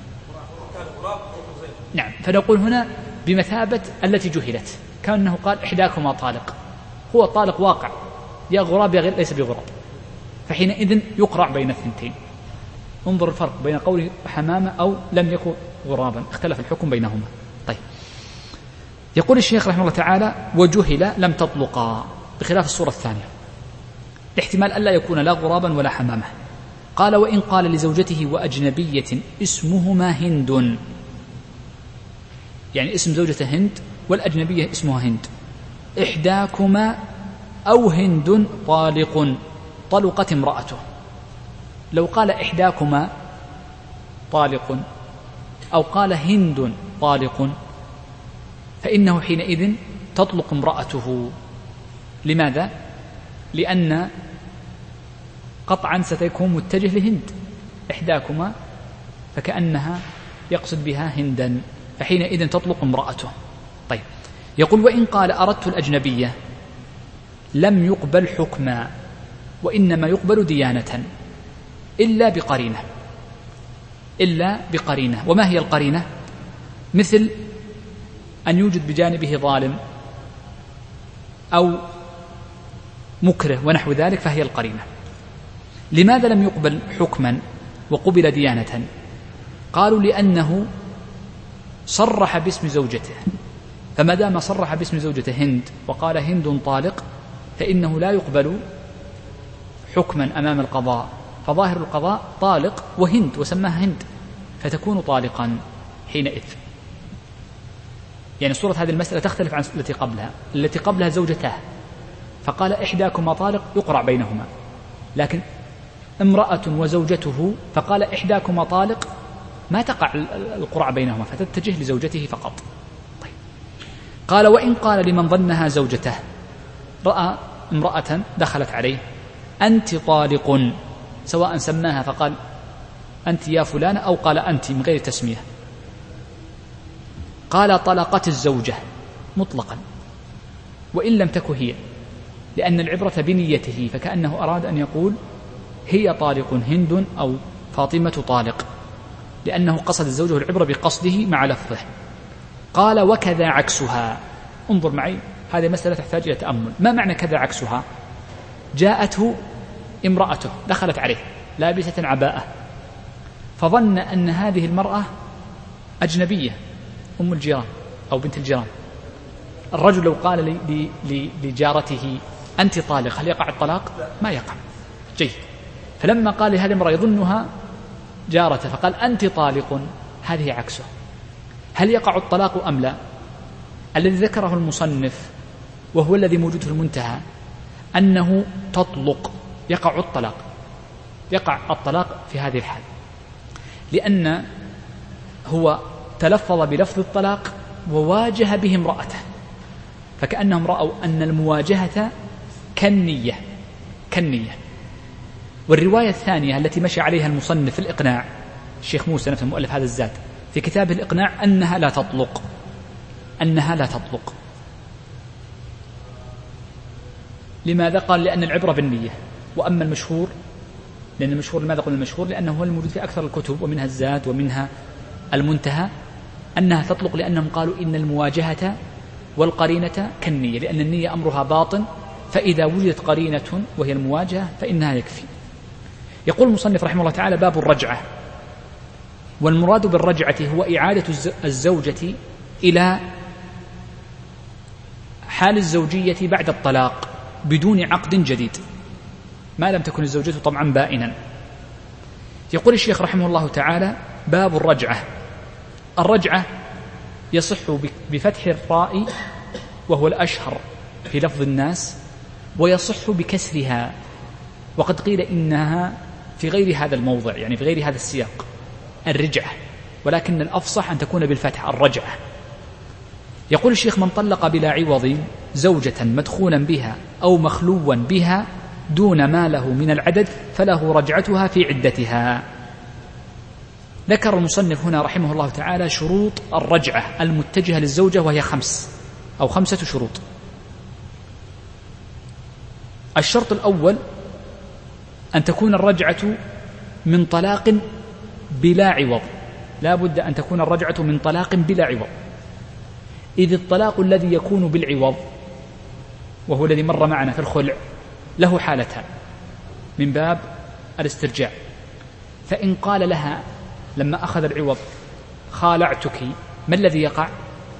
نعم، فنقول هنا بمثابة التي جهلت، كأنه قال إحداكما طالق، هو الطالق واقع، يا غراب يا غير ليس بغراب، فحينئذ يقرع بين الثنتين. انظر الفرق بين قوله حمامة أو لم يكن غرابا، اختلف الحكم بينهما. طيب، يقول الشيخ رحمه الله تعالى: وجهل لم تطلقا، بخلاف الصورة الثانية، احتمال ألا يكون لا غرابا ولا حمامة. قال: وإن قال لزوجته وأجنبية اسمهما هند، يعني اسم زوجته هند والأجنبية اسمها هند، إحداكما أو هند طالق طلقت امرأته. لو قال إحداكما طالق أو قال هند طالق فإنه حينئذ تطلق امرأته. لماذا؟ لأن قطعا ستكون متجه لهند، إحداكما فكأنها يقصد بها هندا، فحينئذ تطلق امرأته. طيب، يقول: وإن قال أردت الأجنبية لم يقبل حكما، وإنما يقبل ديانة إلا بقرينة، إلا بقرينة. وما هي القرينة؟ مثل أن يوجد بجانبه ظالم أو مكره ونحو ذلك، فهي القرينة. لماذا لم يقبل حكما وقبل ديانة؟ قالوا: لأنه صرح باسم زوجته، فما دام صرح باسم زوجته هند وقال هند طالق فإنه لا يقبل حكما أمام القضاء، فظاهر القضاء طالق وهند وسماها هند، فتكون طالقا حينئذ. يعني صورة هذه المسألة تختلف عن التي قبلها، التي قبلها زوجتاه فقال إحداكما طالق يقرع بينهما، لكن امرأة وزوجته فقال إحداكما طالق ما تقع القرع بينهما، فتتجه لزوجته فقط. طيب، قال: وإن قال لمن ظنها زوجته، رأى امرأة دخلت عليه أنت طالق، سواء سماها فقال أنت يا فلان أو قال أنت من غير تسمية، قال طلقت الزوجة مطلقا وإن لم تكن هي، لأن العبرة بنيته، فكأنه أراد أن يقول هي طالق هند أو فاطمة طالق، لأنه قصد الزوجة العبرة بقصده مع لفظه. قال: وكذا عكسها. انظر معي، هذه مسألة تحتاج إلى تأمل. ما معنى كذا عكسها؟ جاءته امرأته دخلت عليه لابسة عباءة، فظن أن هذه المرأة أجنبية أم الجيران أو بنت الجيران. الرجل لو قال لي لي لجارته أنت طالق، هل يقع الطلاق؟ ما يقع. جيد. فلما قال لهذه المرأة يظنها جارته فقال أنت طالق، هذه عكسه. هل يقع الطلاق أم لا؟ الذي ذكره المصنف وهو الذي موجود في المنتهى أنه تطلق، يقع الطلاق، يقع الطلاق في هذه الحال، لأن هو تلفظ بلفظ الطلاق وواجه به امرأته، فكأنهم رأوا أن المواجهة كالنية كالنية. والرواية الثانية التي مشى عليها المصنف في الإقناع، الشيخ موسى نفسه مؤلف هذا الزاد في كتابه الإقناع، أنها لا تطلق، أنها لا تطلق. لماذا؟ قال لأن العبرة بالنية. وأما المشهور، لأن المشهور، لماذا قلنا المشهور؟ لأنه هو الموجود في أكثر الكتب ومنها الزاد ومنها المنتهى، أنها تطلق لأنهم قالوا إن المواجهة والقرينة كالنية، لأن النية أمرها باطن، فإذا وجدت قرينة وهي المواجهة فإنها يكفي. يقول المصنف رحمه الله تعالى: باب الرجعة. والمراد بالرجعة هو إعادة الزوجة إلى حال الزوجية بعد الطلاق بدون عقد جديد، ما لم تكن الزوجة طبعا بائنا. يقول الشيخ رحمه الله تعالى: باب الرجعة. الرجعة يصح بفتح الراء وهو الأشهر في لفظ الناس، ويصح بكسرها، وقد قيل إنها في غير هذا الموضع، يعني في غير هذا السياق، الرجعة، ولكن الأفصح أن تكون بالفتح، الرجعة. يقول الشيخ: من طلق بلا عوض زوجة مدخولا بها أو مخلوا بها دون ما له من العدد فله رجعتها في عدتها. ذكر المصنف هنا رحمه الله تعالى شروط الرجعة المتجهة للزوجة، وهي خمس أو خمسة شروط. الشرط الأول أن تكون الرجعة من طلاق بلا عوض، لا بد أن تكون الرجعة من طلاق بلا عوض، إذ الطلاق الذي يكون بالعوض وهو الذي مر معنا في الخلع له حالتان من باب الاسترجاع. فإن قال لها لما أخذ العوض: خالعتك، ما الذي يقع؟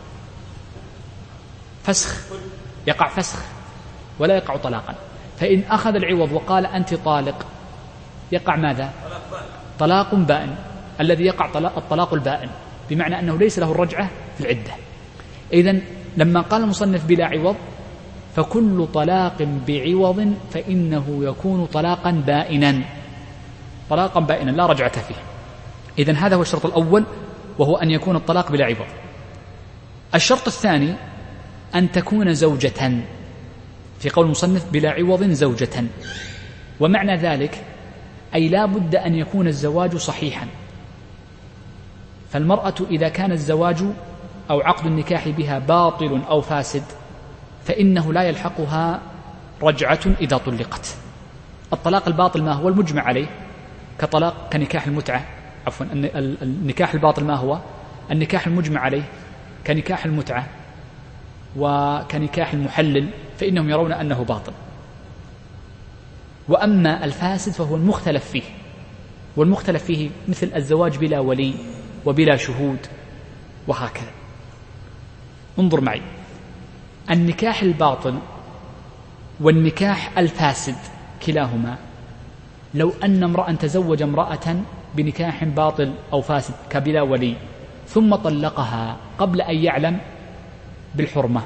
فسخ، يقع فسخ ولا يقع طلاقا. فإن أخذ العوض وقال: أنت طالق، يقع ماذا؟ طلاق بائن، الذي يقع الطلاق البائن، بمعنى أنه ليس له الرجعة في العدة. إذن لما قال المصنف بلا عوض، فكل طلاق بعوض فإنه يكون طلاقا بائنا، طلاقا بائنا لا رجعة فيه. إذن هذا هو الشرط الأول، وهو أن يكون الطلاق بلا عوض. الشرط الثاني أن تكون زوجة، في قول المصنف بلا عوض زوجة، ومعنى ذلك أي لا بد أن يكون الزواج صحيحا. فالمرأة إذا كان الزواج أو عقد النكاح بها باطل أو فاسد فإنه لا يلحقها رجعة إذا طلقت. الطلاق الباطل ما هو؟ المجمع عليه، كطلاق كنكاح المتعة، عفوا النكاح الباطل ما هو؟ النكاح المجمع عليه كنكاح المتعة وكنكاح المحلل، فإنهم يرون أنه باطل. وأما الفاسد فهو المختلف فيه، والمختلف فيه مثل الزواج بلا ولي وبلا شهود وهكذا. انظر معي، النكاح الباطل والنكاح الفاسد كلاهما، لو أن امرأ تزوج امرأة بنكاح باطل أو فاسد كبلا ولي ثم طلقها قبل أن يعلم بالحرمة،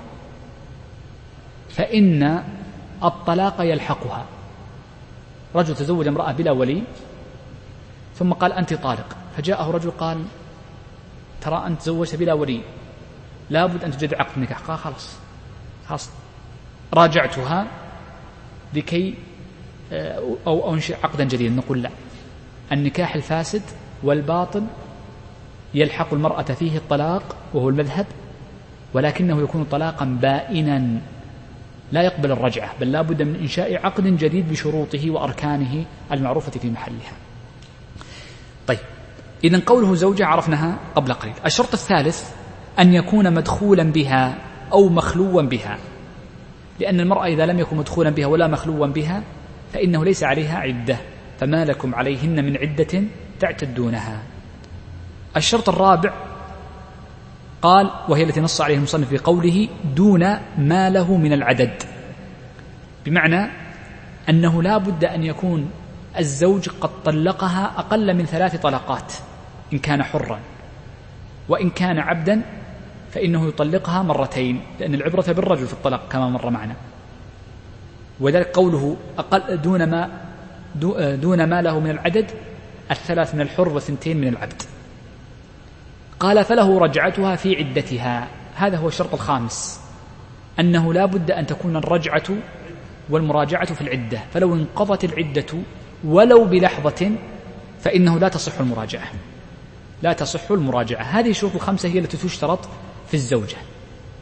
فإن الطلاق يلحقها. رجل تزوج امرأة بلا ولي ثم قال: أنت طالق، فجاءه رجل قال: ترى أنت تزوجت بلا ولي، لا بد أن تجدد عقد النكاح. قال: خلاص خلاص راجعتها لكي أو أنشئ عقدا جديدا. نقول لا، النكاح الفاسد والباطل يلحق المرأة فيه الطلاق وهو المذهب، ولكنه يكون طلاقا بائنا لا يقبل الرجعة، بل لا بد من إنشاء عقد جديد بشروطه وأركانه المعروفة في محلها. طيب، إذن قوله زوجة عرفناها قبل قليل. الشرط الثالث أن يكون مدخولا بها أو مخلوا بها، لأن المرأة إذا لم يكن مدخولا بها ولا مخلوا بها فإنه ليس عليها عدة، فما لكم عليهن من عدة تعتدونها. الشرط الرابع قال، وهي التي نص عليه المصنف في قوله: دون ما له من العدد، بمعنى أنه لا بد أن يكون الزوج قد طلقها أقل من ثلاث طلقات إن كان حرا، وإن كان عبدا فإنه يطلقها مرتين، لأن العبرة بالرجل في الطلاق كما مر معنا. وذلك قوله أقل دون ما دون ما له من العدد، الثلاث من الحر والثنتين من العبد. قال: فله رجعتها في عدتها. هذا هو الشرط الخامس، أنه لا بد أن تكون الرجعة والمراجعة في العدة، فلو انقضت العدة ولو بلحظة فإنه لا تصح المراجعة، لا تصح المراجعة. هذه الشروط الخمسة هي التي تشترط في الزوجة.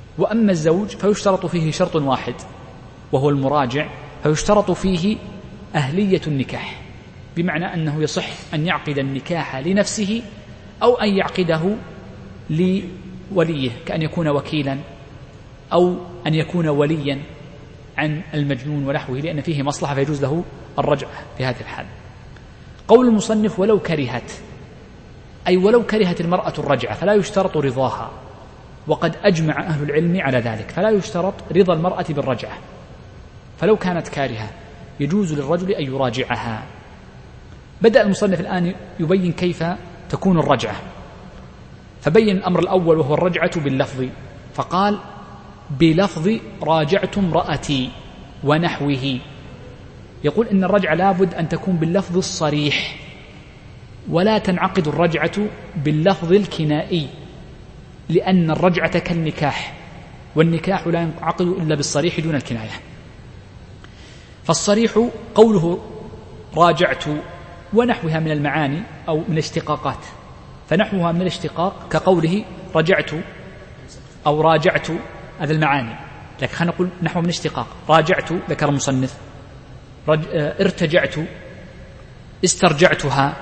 وأما الزوج فيشترط فيه شرط واحد وهو المراجع، فيشترط فيه أهلية النكاح، بمعنى أنه يصح أن يعقد النكاح لنفسه أو أن يعقده لوليه، كأن يكون وكيلا أو أن يكون وليا عن المجنون ونحوه، لأن فيه مصلحة فيجوز له الرجعة في هذه الحال. قول المصنف ولو كرهت، أي ولو كرهت المرأة الرجعة فلا يشترط رضاها، وقد أجمع أهل العلم على ذلك، فلا يشترط رضا المرأة بالرجعة، فلو كانت كارهة يجوز للرجل أن يراجعها. بدأ المصنف الآن يبين كيف تكون الرجعة، فبين الأمر الأول وهو الرجعة باللفظ، فقال بلفظ راجعت امرأتي ونحوه. يقول إن الرجعة لابد أن تكون باللفظ الصريح، ولا تنعقد الرجعة باللفظ الكنائي، لأن الرجعة كالنكاح، والنكاح لا ينعقد إلا بالصريح دون الكناية. فالصريح قوله راجعت ونحوها من المعاني أو من الاشتقاقات، فنحوها من الاشتقاق كقوله رجعت أو راجعت، هذا المعاني، لكن خلينا نقول نحو من اشتقاق. راجعت ذكر المصنف، رج... ارتجعت، استرجعتها،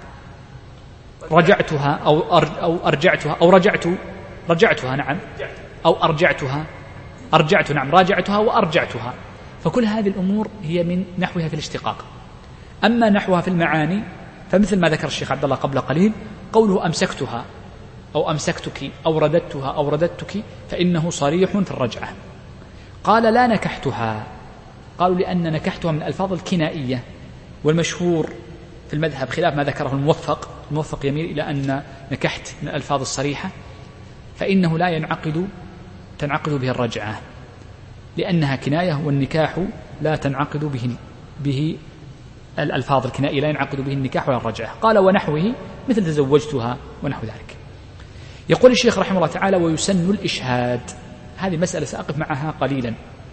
رجعتها أو, أر... أو أرجعتها أو رجعت رجعتها نعم أو أرجعتها أرجعت نعم راجعتها وأرجعتها، فكل هذه الأمور هي من نحوها في الاشتقاق. أما نحوها في المعاني فمثل ما ذكر الشيخ عبد الله قبل قليل، قوله أمسكتها أو أمسكتك أو رددتها أو رددتك فإنه صريح في الرجعة. قال لا نكحتها، قالوا لأن نكحتها من الألفاظ الكنائية، والمشهور في المذهب خلاف ما ذكره الموفق، الموفق يميل إلى أن نكحت من الألفاظ الصريحة فإنه لا ينعقد تنعقد به الرجعة، لأنها كناية، والنكاح لا تنعقد به به الألفاظ الكنائية لا ينعقد به النكاح ولا الرجعة. قال ونحوه مثل تزوجتها ونحو ذلك. يقول الشيخ رحمه الله تعالى ويسن الإشهاد، هذه مسألة سأقف معها قليلا.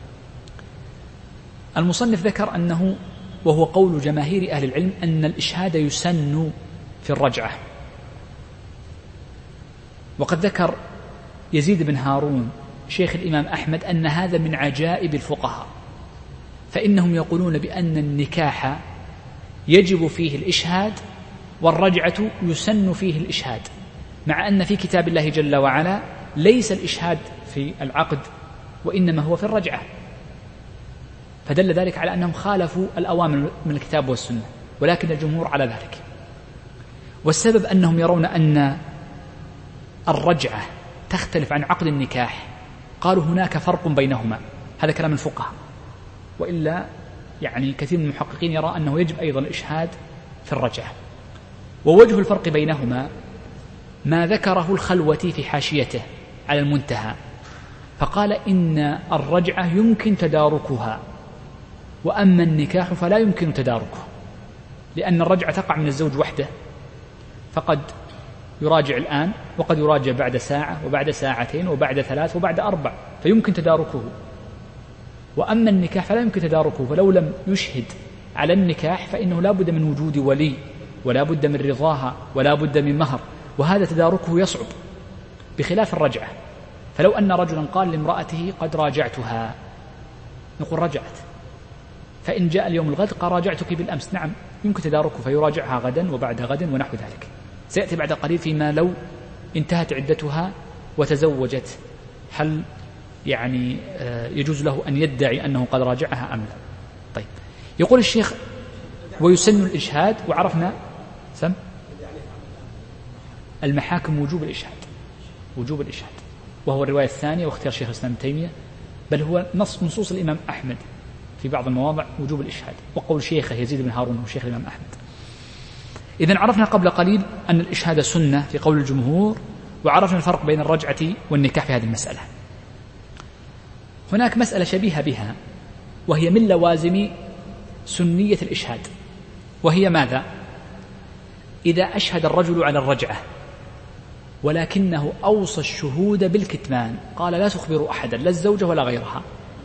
المصنف ذكر أنه وهو قول جماهير أهل العلم أن الإشهاد يسن في الرجعة، وقد ذكر يزيد بن هارون شيخ الإمام أحمد أن هذا من عجائب الفقهاء، فإنهم يقولون بأن النكاح يجب فيه الإشهاد والرجعة يسن فيه الإشهاد، مع أن في كتاب الله جل وعلا ليس الإشهاد في العقد وإنما هو في الرجعة، فدل ذلك على أنهم خالفوا الأوامر من الكتاب والسنة، ولكن الجمهور على ذلك. والسبب أنهم يرون أن الرجعة تختلف عن عقد النكاح، قالوا هناك فرق بينهما، هذا كلام الفقهاء، وإلا يعني كثير من المحققين يرى أنه يجب أيضا الإشهاد في الرجعة. ووجه الفرق بينهما ما ذكره الخلوة في حاشيته على المنتهى، فقال إن الرجعة يمكن تداركها، وأما النكاح فلا يمكن تداركه، لأن الرجعة تقع من الزوج وحده، فقد يراجع الآن وقد يراجع بعد ساعة وبعد ساعتين وبعد ثلاث وبعد أربع، فيمكن تداركه. وأما النكاح فلا يمكن تداركه، فلو لم يشهد على النكاح فإنه لا بد من وجود ولي، ولا بد من رضاها، ولا بد من مهر، وهذا تداركه يصعب بخلاف الرجعة. فلو أن رجلا قال لامرأته قد راجعتها، نقول رجعت، فإن جاء اليوم الغد قال راجعتك بالأمس، نعم يمكن تداركه فيراجعها غدا وبعد غد ونحو ذلك. سيأتي بعد قليل فيما لو انتهت عدتها وتزوجت، هل يعني يجوز له أن يدعي أنه قد راجعها أم لا؟ طيب، يقول الشيخ ويسن الإشهاد، وعرفنا سم المحاكم وجوب الإشهاد، وجوب الإشهاد، وهو الرواية الثانية واختيار شيخ الإسلام ابن تيمية، بل هو نص نصوص الإمام أحمد في بعض المواضع وجوب الإشهاد، وقول شيخه يزيد بن هارون وشيخ الإمام أحمد. إذن عرفنا قبل قليل أن الإشهاد سنة في قول الجمهور، وعرفنا الفرق بين الرجعة والنكاح في هذه المسألة. هناك مسألة شبيهة بها، وهي من لوازم سنية الإشهاد، وهي ماذا؟ إذا أشهد الرجل على الرجعة ولكنه أوصى الشهود بالكتمان، قال لا تخبروا أحدا لا الزوجة ولا غيرها،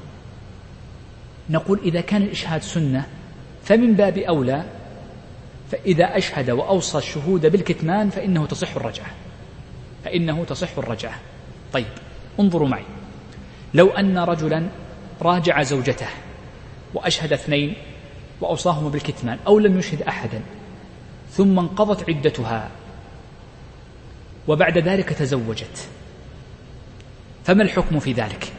نقول إذا كان الإشهاد سنة فمن باب أولى، فإذا أشهد وأوصى الشهود بالكتمان فإنه تصح الرجعة، فإنه تصح الرجعة. طيب، انظروا معي، لو أن رجلا راجع زوجته وأشهد اثنين وأوصاهما بالكتمان أو لم يشهد أحدا ثم انقضت عدتها وبعد ذلك تزوجت، فما الحكم في ذلك؟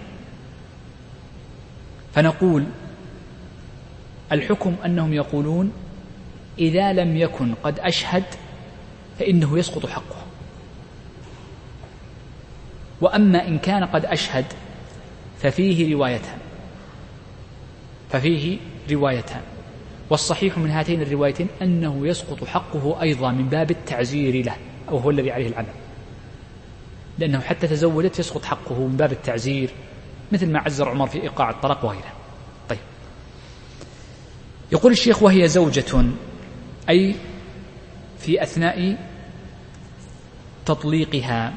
فنقول الحكم أنهم يقولون إذا لم يكن قد أشهد فإنه يسقط حقه، وأما إن كان قد أشهد ففيه روايتان ففيه روايتان والصحيح من هاتين الروايتين أنه يسقط حقه أيضا من باب التعزير له، أو هو الذي عليه العمل، لأنه حتى تزوجت يسقط حقه من باب التعزير، مثل ما عزر عمر في إيقاع الطلاق وغيره. طيب، يقول الشيخ وهي زوجة أي في أثناء تطليقها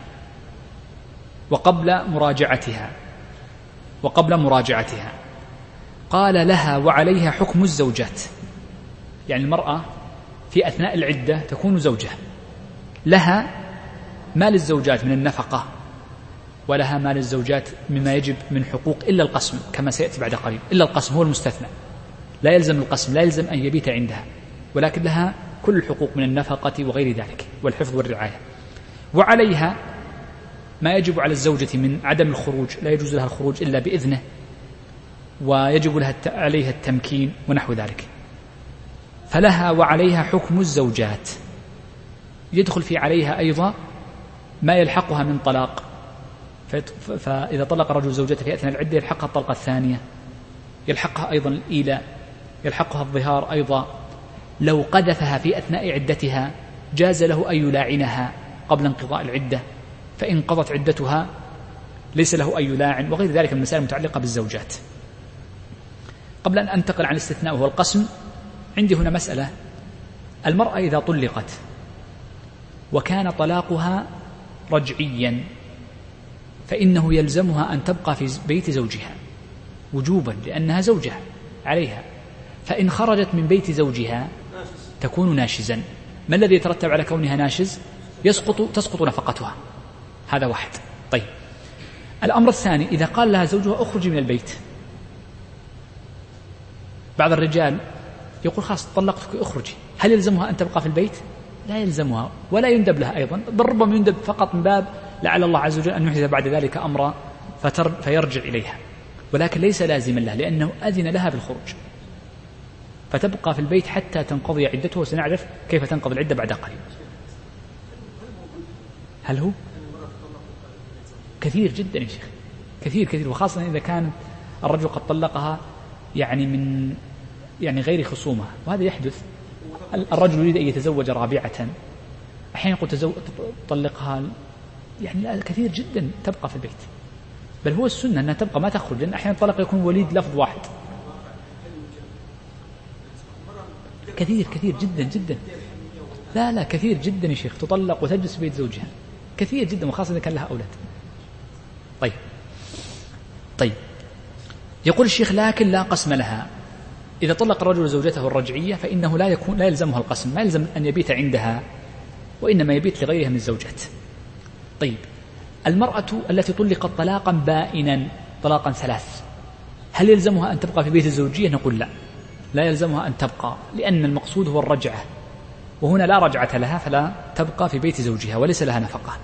وقبل مراجعتها وقبل مراجعتها قال لها وعليها حكم الزوجات، يعني المرأة في أثناء العدة تكون زوجة، لها ما للزوجات من النفقة ولها ما للزوجات مما يجب من حقوق إلا القسم كما سيأتي بعد قليل، إلا القسم هو المستثنى، لا يلزم القسم، لا يلزم أن يبيت عندها، ولكن لها كل الحقوق من النفقة وغير ذلك والحفظ والرعاية. وعليها ما يجب على الزوجة من عدم الخروج، لا يجوز لها الخروج إلا بإذنه، ويجب لها عليها التمكين ونحو ذلك. فلها وعليها حكم الزوجات، يدخل في عليها أيضا ما يلحقها من طلاق، فإذا طلق الرجل زوجته في أثناء العدة يلحقها الطلقة الثانية، يلحقها أيضا الإيلاء، يلحقها الظهار أيضا. لو قذفها في أثناء عدتها جاز له أن يلاعنها قبل انقضاء العدة، فإن قضت عدتها ليس له أن يلاعن، وغير ذلك من المسائل المتعلقة بالزوجات. قبل أن أنتقل عن الاستثناء وهو القسم، عندي هنا مسألة. المرأة إذا طلقت وكان طلاقها رجعيا فإنه يلزمها أن تبقى في بيت زوجها وجوبا، لأنها زوجة عليها، فإن خرجت من بيت زوجها تكون ناشزا. ما الذي يترتب على كونها ناشز؟ يسقط تسقط نفقتها، هذا واحد. طيب، الأمر الثاني، إذا قال لها زوجها أخرجي من البيت، بعض الرجال يقول خلاص طلقتك أخرجي، هل يلزمها أن تبقى في البيت؟ لا يلزمها، ولا يندب لها أيضا، بل ربما يندب فقط من باب لعل الله عز وجل أن يحدث بعد ذلك أمرا فيرجع إليها، ولكن ليس لازما لها، لأنه أذن لها بالخروج، فتبقى في البيت حتى تنقضي عدته، وسنعرف كيف تنقضي العدة بعد قليل. هل هو؟ كثير جدا يا شيخ، كثير كثير، وخاصة إذا كان الرجل قد طلقها يعني من يعني غير خصومة، وهذا يحدث. الرجل يريد أن يتزوج رابعة، أحيانا يقول تزو... طلقها، يعني لا، كثير جدا تبقى في البيت، بل هو السنة أنها تبقى ما تخرج، لأن أحيانا الطلاق يكون وليد لفظ واحد. كثير كثير جدا جدا، لا لا كثير جدا يا شيخ، تطلق وتجلس في بيت زوجها كثير جدا، وخاصة إذا كان لها أولاد. طيب طيب يقول الشيخ لكن لا قسم لها. إذا طلق الرجل زوجته الرجعية فإنه لا يكون لا يلزمها القسم، ما يلزم أن يبيت عندها، وإنما يبيت لغيرها من الزوجات. طيب، المرأة التي طلقت طلاقا بائنا طلاقا ثلاث، هل يلزمها أن تبقى في بيت الزوجية؟ نقول لا، لا يلزمها أن تبقى، لأن المقصود هو الرجعة، وهنا لا رجعة لها، فلا تبقى في بيت زوجها وليس لها نفقة.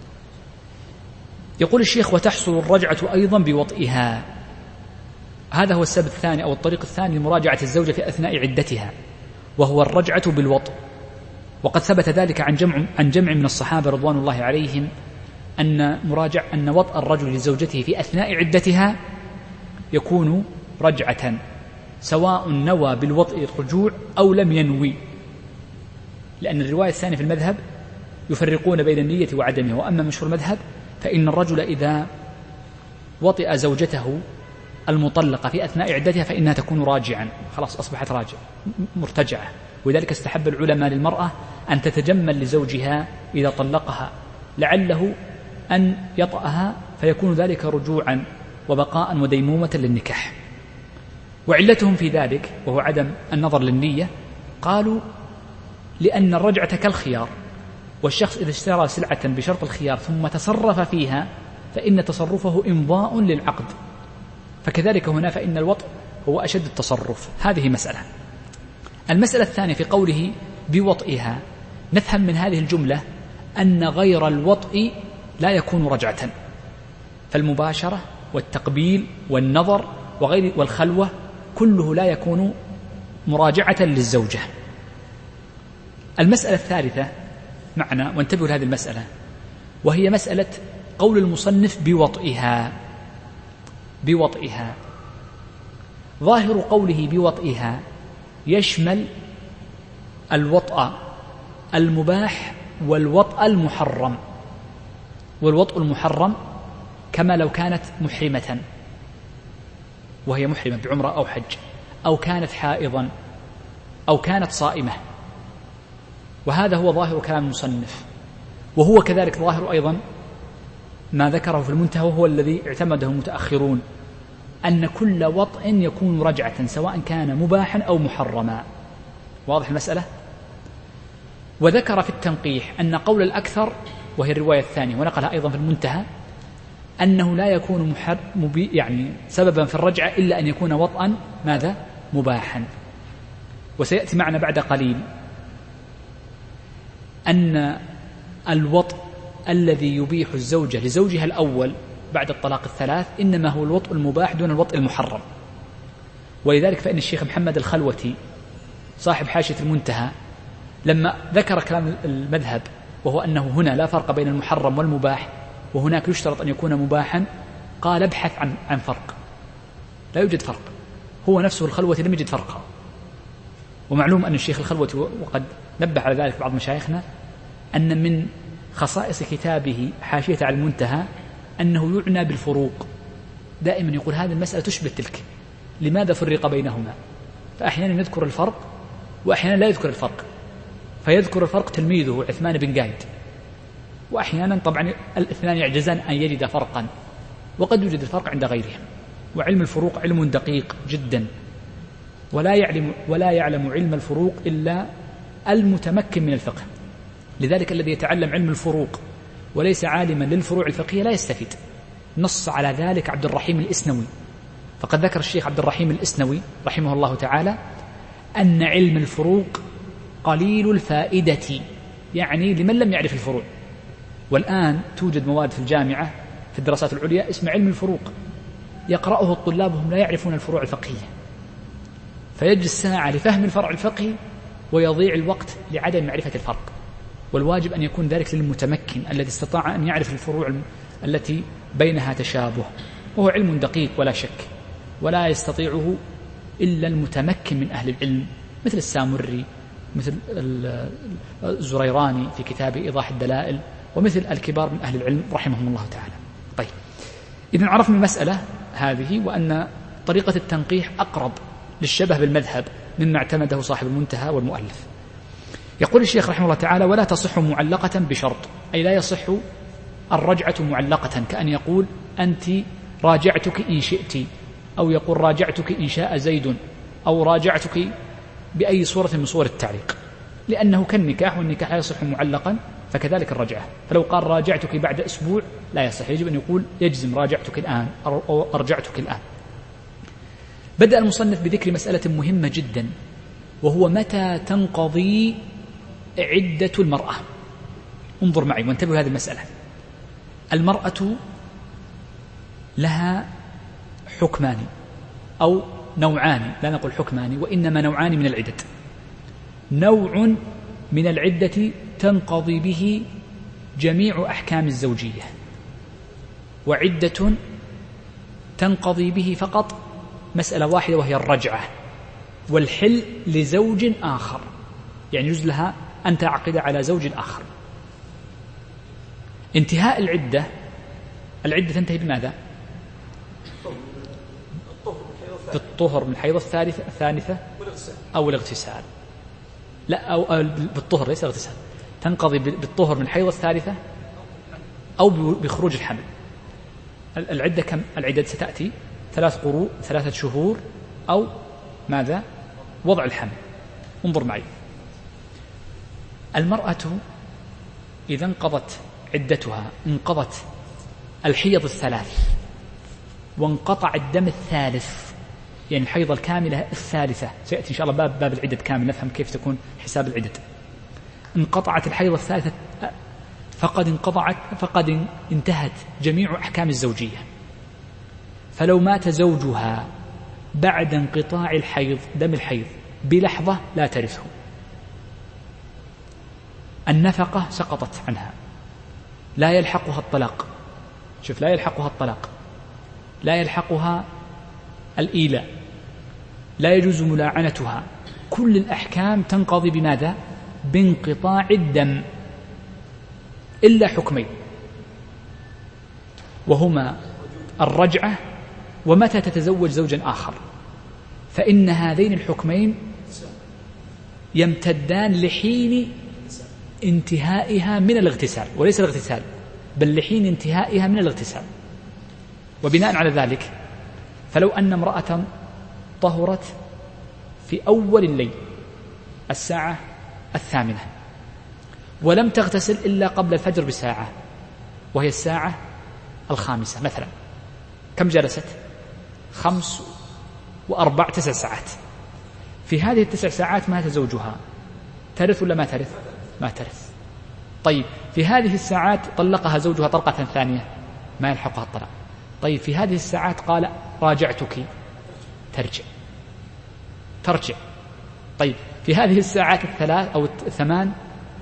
يقول الشيخ وتحصل الرجعة أيضا بوطئها. هذا هو السبب الثاني أو الطريق الثاني لمراجعة الزوجة في أثناء عدتها، وهو الرجعة بالوطء. وقد ثبت ذلك عن جمع عن جمع من الصحابة رضوان الله عليهم أن مراجع أن وطء الرجل لزوجته في أثناء عدتها يكون رجعة، سواء نوى بالوطء الرجوع أو لم ينوي، لأن الرواية الثانية في المذهب يفرقون بين النية وعدمها. وأما مشهور المذهب فإن الرجل إذا وطئ زوجته المطلقة في أثناء عدتها فإنها تكون راجعا، خلاص أصبحت راجع مرتجعة. ولذلك استحب العلماء للمرأة أن تتجمل لزوجها إذا طلقها، لعله أن يطأها فيكون ذلك رجوعا وبقاء وديمومة للنكاح. وعلتهم في ذلك وهو عدم النظر للنية، قالوا لأن الرجعة كالخيار، والشخص إذا اشترى سلعة بشرط الخيار ثم تصرف فيها فإن تصرفه إمضاء للعقد، فكذلك هنا فإن الوطء هو أشد التصرف. هذه مسألة. المسألة الثانية في قوله بوطئها، نفهم من هذه الجملة أن غير الوطء لا يكون رجعة، فالمباشرة والتقبيل والنظر وغير والخلوة كله لا يكون مراجعة للزوجة. المسألة الثالثة معنا، وانتبهوا لهذه المسألة، وهي مسألة قول المصنف بوطئها. بوطئها ظاهر قوله بوطئها يشمل الوطأ المباح والوطأ المحرم. والوطأ المحرم كما لو كانت محرمة وهي محرمة بعمرة أو حج، أو كانت حائضا، أو كانت صائمة، وهذا هو ظاهر كلام المصنف. وهو كذلك ظاهر أيضا ما ذكره في المنتهى، وهو الذي اعتمده المتأخرون، أن كل وطء يكون رجعة سواء كان مباحا أو محرما. واضح المسألة؟ وذكر في التنقيح أن قول الأكثر، وهي الرواية الثانية ونقلها أيضا في المنتهى، أنه لا يكون مبي يعني سببا في الرجعة إلا أن يكون وطئا ماذا؟ مباحا. وسيأتي معنا بعد قليل أن الوطء الذي يبيح الزوجة لزوجها الأول بعد الطلاق الثلاث إنما هو الوطء المباح دون الوطء المحرم. ولذلك فإن الشيخ محمد الخلوتي صاحب حاشية المنتهى لما ذكر كلام المذهب، وهو أنه هنا لا فرق بين المحرم والمباح وهناك يشترط أن يكون مباحا، قال ابحث عن عن فرق. لا يوجد فرق، هو نفسه الخلوتي لم يجد فرقا. ومعلوم أن الشيخ الخلوتي وقد نبه على ذلك بعض مشايخنا أن من خصائص كتابه حاشية على المنتهى أنه يعنى بالفروق، دائما يقول هذه المسألة تشبه تلك، لماذا فرق بينهما؟ فأحيانا يذكر الفرق وأحيانا لا يذكر الفرق، فيذكر الفرق تلميذه عثمان بن قايد، وأحيانا طبعا الاثنان يعجزان أن يجد فرقا، وقد يوجد الفرق عند غيرهم. وعلم الفروق علم دقيق جدا، ولا يعلم ولا يعلم علم الفروق إلا المتمكن من الفقه. لذلك الذي يتعلم علم الفروق وليس عالما للفروع الفقهية لا يستفيد. نص على ذلك عبد الرحيم الإسنوي، فقد ذكر الشيخ عبد الرحيم الإسنوي رحمه الله تعالى أن علم الفروق قليل الفائدة، يعني لمن لم يعرف الفروع. والآن توجد مواد في الجامعة في الدراسات العليا اسم علم الفروق، يقرأه الطلاب وهم لا يعرفون الفروع الفقهية، فيجلس ساعة لفهم الفرع الفقهي ويضيع الوقت لعدم معرفة الفرق. والواجب أن يكون ذلك للمتمكن الذي استطاع أن يعرف الفروع التي بينها تشابه، وهو علم دقيق ولا شك، ولا يستطيعه إلا المتمكن من أهل العلم، مثل السامري، مثل الزريراني في كتاب إيضاح الدلائل، ومثل الكبار من أهل العلم رحمهم الله تعالى. طيب، إذن عرفنا المسألة هذه، وأن طريقة التنقيح أقرب للشبه بالمذهب مما اعتمده صاحب المنتهى والمؤلف. يقول الشيخ رحمه الله تعالى: ولا تصح معلقة بشرط، أي لا يصح الرجعة معلقة، كأن يقول أنت راجعتك إن شئت، أو يقول راجعتك إن شاء زيد، أو راجعتك بأي صورة من صور التعليق، لأنه كالنكاح، والنكاح لا يصح معلقا، فكذلك الرجعة. فلو قال راجعتك بعد أسبوع لا يصح، يجب أن يقول يجزم راجعتك الآن أو أرجعتك الآن. بدأ المصنف بذكر مسألة مهمة جدا، وهو متى تنقضي عدة المرأة. انظر معي وانتبهوا لهذه المسألة. المرأة لها حكمان أو نوعان، لا نقول حكمان وإنما نوعان من العدة. نوع من العدة تنقضي به جميع أحكام الزوجية، وعدة تنقضي به فقط مسألة واحدة وهي الرجعة، والحل لزوج آخر، يعني يجوز لها أن تعقد على زوج آخر. انتهاء العدة، العدة تنتهي بماذا؟ بالطهر من الحيضة الثالثة الثالثة أو الاغتسال. لا، أو بالطهر ليس الاغتسال، تنقضي بالطهر من الحيضة الثالثة أو بخروج الحمل. العدة كم؟ العدة ستأتي ثلاث قروء، ثلاثة شهور، أو ماذا؟ وضع الحمل. انظر معي. المرأة إذا انقضت عدتها، انقضت الحيض الثلاث وانقطع الدم الثالث، يعني الحيضة الكاملة الثالثة، سيأتي إن شاء الله باب, باب العدد كامل نفهم كيف تكون حساب العدد. انقطعت الحيضة الثالثة فقد انقطعت فقد انتهت جميع أحكام الزوجية. فلو مات زوجها بعد انقطاع الحيض دم الحيض بلحظة لا ترثه. النفقة سقطت عنها، لا يلحقها الطلاق، شوف لا يلحقها الطلاق، لا يلحقها الإيلاء، لا يجوز ملاعنتها، كل الأحكام تنقضي بماذا؟ بانقطاع الدم، إلا حكمين وهما الرجعة ومتى تتزوج زوجا آخر، فإن هذين الحكمين يمتدان لحين انتهائها من الاغتسال، وليس الاغتسال بل لحين انتهائها من الاغتسال. وبناء على ذلك فلو أن امرأة طهرت في أول الليل الساعة الثامنة ولم تغتسل إلا قبل الفجر بساعة وهي الساعة الخامسة مثلا، كم جلست؟ خمس وأربع تسع ساعات. في هذه التسع ساعات مات زوجها، ترث ولا ما ترث؟ ما ترث. طيب في هذه الساعات طلقها زوجها طلقة ثانية، ما يلحقها الطلاق. طيب في هذه الساعات قال راجعتك، ترجع ترجع. طيب في هذه الساعات الثلاث أو الثمان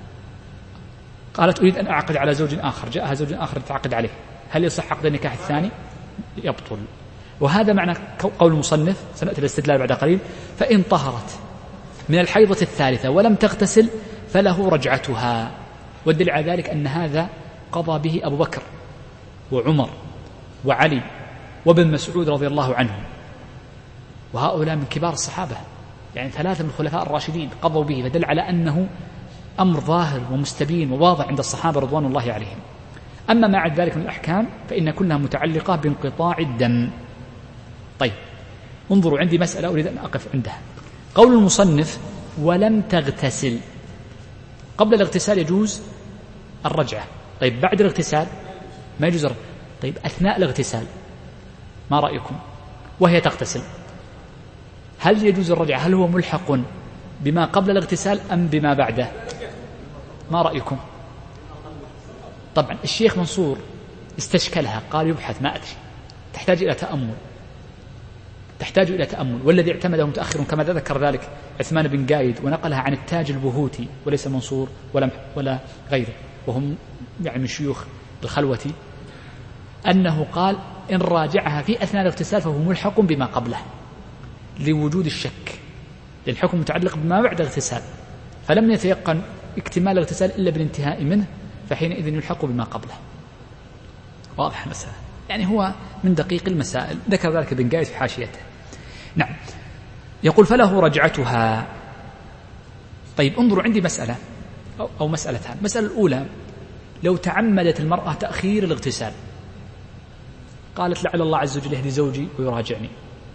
قالت أريد أن أعقد على زوج آخر، جاءها زوج آخر تعقد عليه، هل يصح عقد النكاح الثاني؟ يبطل. وهذا معنى قول المصنف، سنأتي الاستدلال بعد قليل، فإن طهرت من الحيضة الثالثة ولم تغتسل فله رجعتها. والدليل على ذلك أن هذا قضى به أبو بكر وعمر وعلي وابن مسعود رضي الله عنهم، وهؤلاء من كبار الصحابة، يعني ثلاثة من الخلفاء الراشدين قضوا به، فدل على أنه أمر ظاهر ومستبين وواضح عند الصحابة رضوان الله عليهم. أما ما عدا ذلك من الأحكام فإن كلها متعلقة بانقطاع الدم. طيب انظروا، عندي مسألة أريد أن أقف عندها. قول المصنف ولم تغتسل، قبل الاغتسال يجوز الرجعة، طيب بعد الاغتسال ما يجوز الرجعة. طيب أثناء الاغتسال ما رأيكم وهي تغتسل، هل يجوز الرجعة؟ هل هو ملحق بما قبل الاغتسال أم بما بعده؟ ما رأيكم؟ طبعا الشيخ منصور استشكلها، قال يبحث، ما أدري، تحتاج إلى تأمل، تحتاج إلى تأمل. والذي اعتمده متأخر كما ذكر ذلك عثمان بن قايد ونقلها عن التاج البهوتي وليس منصور ولا ولا غيره، وهم يعني من شيوخ الخلوة، أنه قال إن راجعها في أثناء الاغتسال فهو ملحق بما قبله لوجود الشك، للحكم متعلق بما بعد الاغتسال، فلم يتيقن اكتمال الاغتسال إلا بالانتهاء منه، فحينئذ يلحق بما قبله. واضح المسألة، يعني هو من دقيق المسائل، ذكر ذلك ابن قايد في حاشيته. نعم، يقول فله رجعتها. طيب انظروا، عندي مسألة أو, أو مسألتان. المسألة الأولى، لو تعمدت المرأة تأخير الاغتسال، قالت لعل الله عز وجل يهدي زوجي ويراجعني،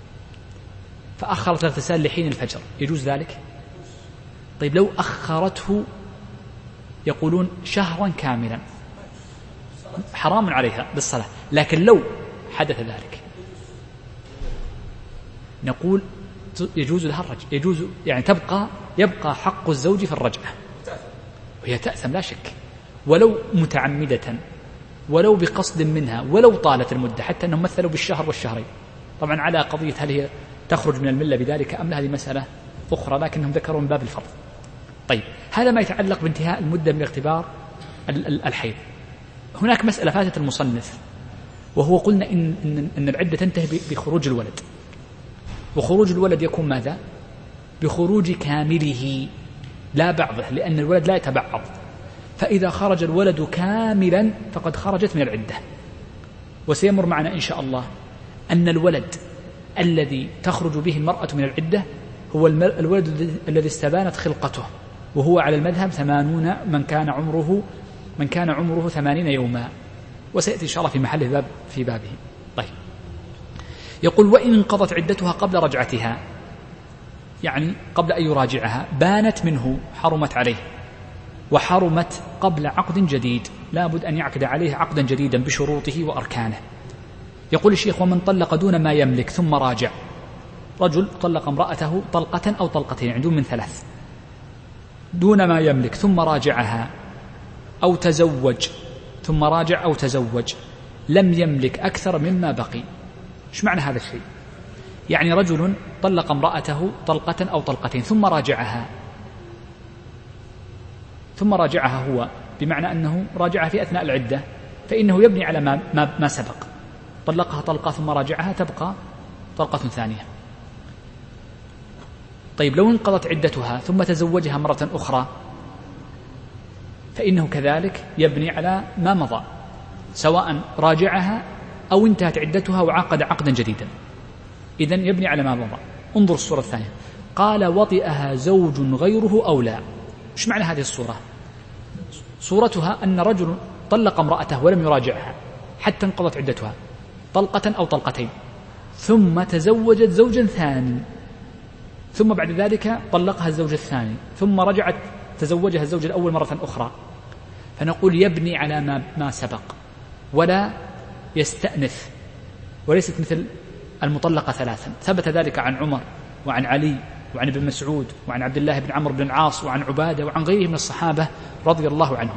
فأخرت الاغتسال لحين الفجر، يجوز ذلك؟ طيب لو أخرته يقولون شهرا كاملا حرام عليها بالصلاة، لكن لو حدث ذلك نقول يجوز لها الرجع، يجوز يعني تبقى يبقى حق الزوج في الرجعة، وهي تأثم لا شك، ولو متعمدة ولو بقصد منها ولو طالت المدة، حتى أنهم مثلوا بالشهر والشهرين. طبعا على قضية هل هي تخرج من الملة بذلك أم لا، هذه مسألة أخرى، لكنهم ذكروا من باب الفرض. طيب هذا ما يتعلق بانتهاء المدة من اختبار الحيض. هناك مسألة فاتت المصنف، وهو قلنا إن, إن, إن العدة تنتهي بخروج الولد، وخروج الولد يكون ماذا؟ بخروج كامله لا بعضه، لأن الولد لا يتبعض، فإذا خرج الولد كاملا فقد خرجت من العدة. وسيمر معنا إن شاء الله أن الولد الذي تخرج به المرأة من العدة هو الولد الذي استبانت خلقته، وهو على المذهب ثمانون من كان عمره من كان عمره ثمانين يوما، وسيأتي إن شاء الله في محله باب في بابه. طيب يقول وإن انقضت عدتها قبل رجعتها، يعني قبل أن يراجعها، بانت منه حرمت عليه، وحرمت قبل عقد جديد، لا بد أن يعقد عليه عقدا جديدا بشروطه وأركانه. يقول الشيخ: ومن طلق دون ما يملك ثم راجع. رجل طلق امرأته طلقة أو طلقتين، يعني دون من ثلاث، دون ما يملك ثم راجعها، أو تزوج ثم راجع أو تزوج، لم يملك أكثر مما بقي. إيش معنى هذا الشيء؟ يعني رجل طلق امرأته طلقة أو طلقتين ثم راجعها، ثم راجعها هو بمعنى أنه راجعها في أثناء العدة، فإنه يبني على ما, ما, ما سبق. طلقها طلقة ثم راجعها، تبقى طلقة ثانية. طيب لو انقضت عدتها ثم تزوجها مرة أخرى، فإنه كذلك يبني على ما مضى، سواء راجعها أو انتهت عدتها وعقد عقدا جديدا. إذن يبني على ما مضى. انظر الصورة الثانية. قال: وطئها زوج غيره أو لا. إيش معنى هذه الصورة؟ صورتها أن رجل طلق امرأته ولم يراجعها حتى انقضت عدتها طلقة أو طلقتين، ثم تزوجت زوجا ثاني، ثم بعد ذلك طلقها الزوج الثاني، ثم رجعت تزوجها الزوج الأول مرة أخرى. فنقول يبني على ما, ما سبق ولا يستأنف، وليست مثل المطلقة ثلاثا. ثبت ذلك عن عمر وعن علي وعن ابن مسعود وعن عبد الله بن عمرو بن العاص وعن عبادة وعن غيره من الصحابة رضي الله عنهم.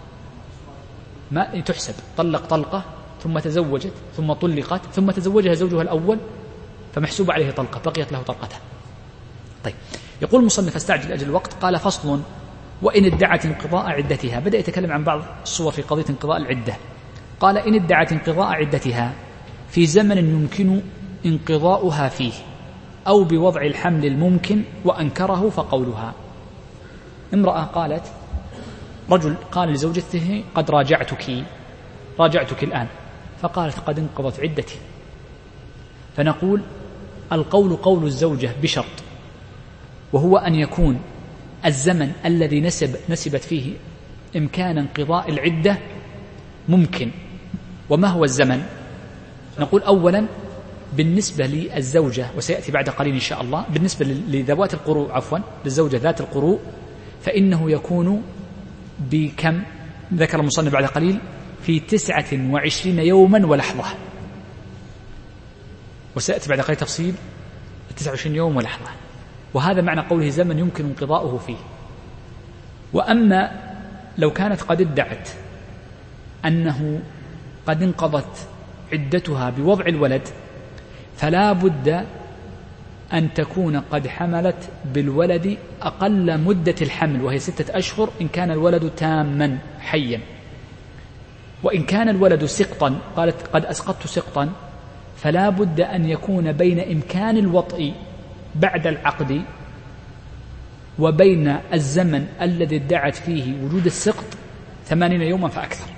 ما تحسب طلق طلقة ثم تزوجت ثم طلقت ثم تزوجها زوجها الأول، فمحسوب عليه طلقة، بقيت له طلقته. طيب، يقول المصنف: استعجل أجل الوقت. قال: فصل: وإن ادعت انقضاء عدتها. بدأ يتكلم عن بعض الصور في قضية انقضاء العدة. قال: إن ادعت انقضاء عدتها في زمن يمكن انقضاؤها فيه، أو بوضع الحمل الممكن وأنكره، فقولها: امرأة قالت، رجل قال لزوجته: قد راجعتك راجعتك الآن، فقالت: قد انقضت عدتي. فنقول: القول قول الزوجة بشرط، وهو أن يكون الزمن الذي نسب نسبت فيه إمكان انقضاء العدة ممكن. وما هو الزمن؟ نقول: أولا بالنسبة للزوجة، وسيأتي بعد قليل إن شاء الله، بالنسبة لذوات القروء عفوا للزوجة ذات القروء، فإنه يكون بكم؟ ذكر المصنف بعد قليل: في تسعة وعشرين يوما ولحظة، وسيأتي بعد قليل تفصيل تسعة وعشرين يوم ولحظة. وهذا معنى قوله زمن يمكن انقضاؤه فيه. وأما لو كانت قد ادعت أنه قد انقضت عدتها بوضع الولد، فلا بد أن تكون قد حملت بالولد أقل مدة الحمل، وهي ستة أشهر إن كان الولد تاما حيا. وإن كان الولد سقطا، قالت قد أسقطت سقطا، فلا بد أن يكون بين إمكان الوطء بعد العقد وبين الزمن الذي ادعت فيه وجود السقط ثمانين يوما فأكثر.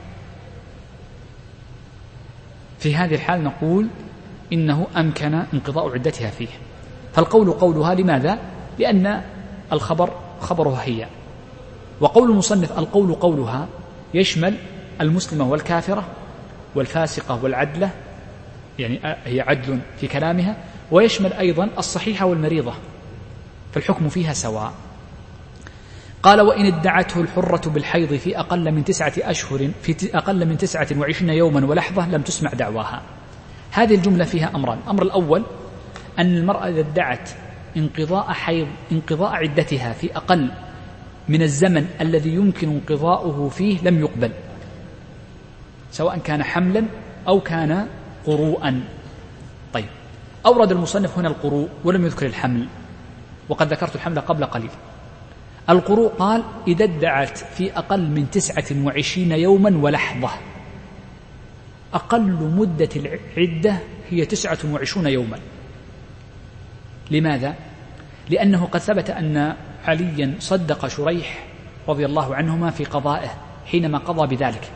في هذه الحال نقول إنه أمكن انقضاء عدتها فيه. فالقول قولها. لماذا؟ لأن الخبر خبرها هي. وقول المصنف القول قولها يشمل المسلمة والكافرة والفاسقة والعدلة، يعني هي عدل في كلامها، ويشمل أيضا الصحيحة والمريضة، فالحكم فيها سواء. قال: وإن ادعته الحرة بالحيض في أقل من تسعة أشهر في أقل من تسعة وعشرين يوما ولحظة لم تسمع دعواها. هذه الجملة فيها أمران. الأمر الأول أن المرأة إذا ادعت انقضاء حيض انقضاء عدتها في أقل من الزمن الذي يمكن انقضاؤه فيه لم يقبل، سواء كان حملا أو كان قروءا. طيب، أورد المصنف هنا القروء ولم يذكر الحمل، وقد ذكرت الحمل قبل قليل. القروء قال: إذا ادعت في أقل من تسعة وعشرين يوما ولحظة. أقل مدة العدة هي تسعة وعشرون يوما. لماذا؟ لأنه قد ثبت أن عليا صدق شريح رضي الله عنهما في قضائه حينما قضى بذلك.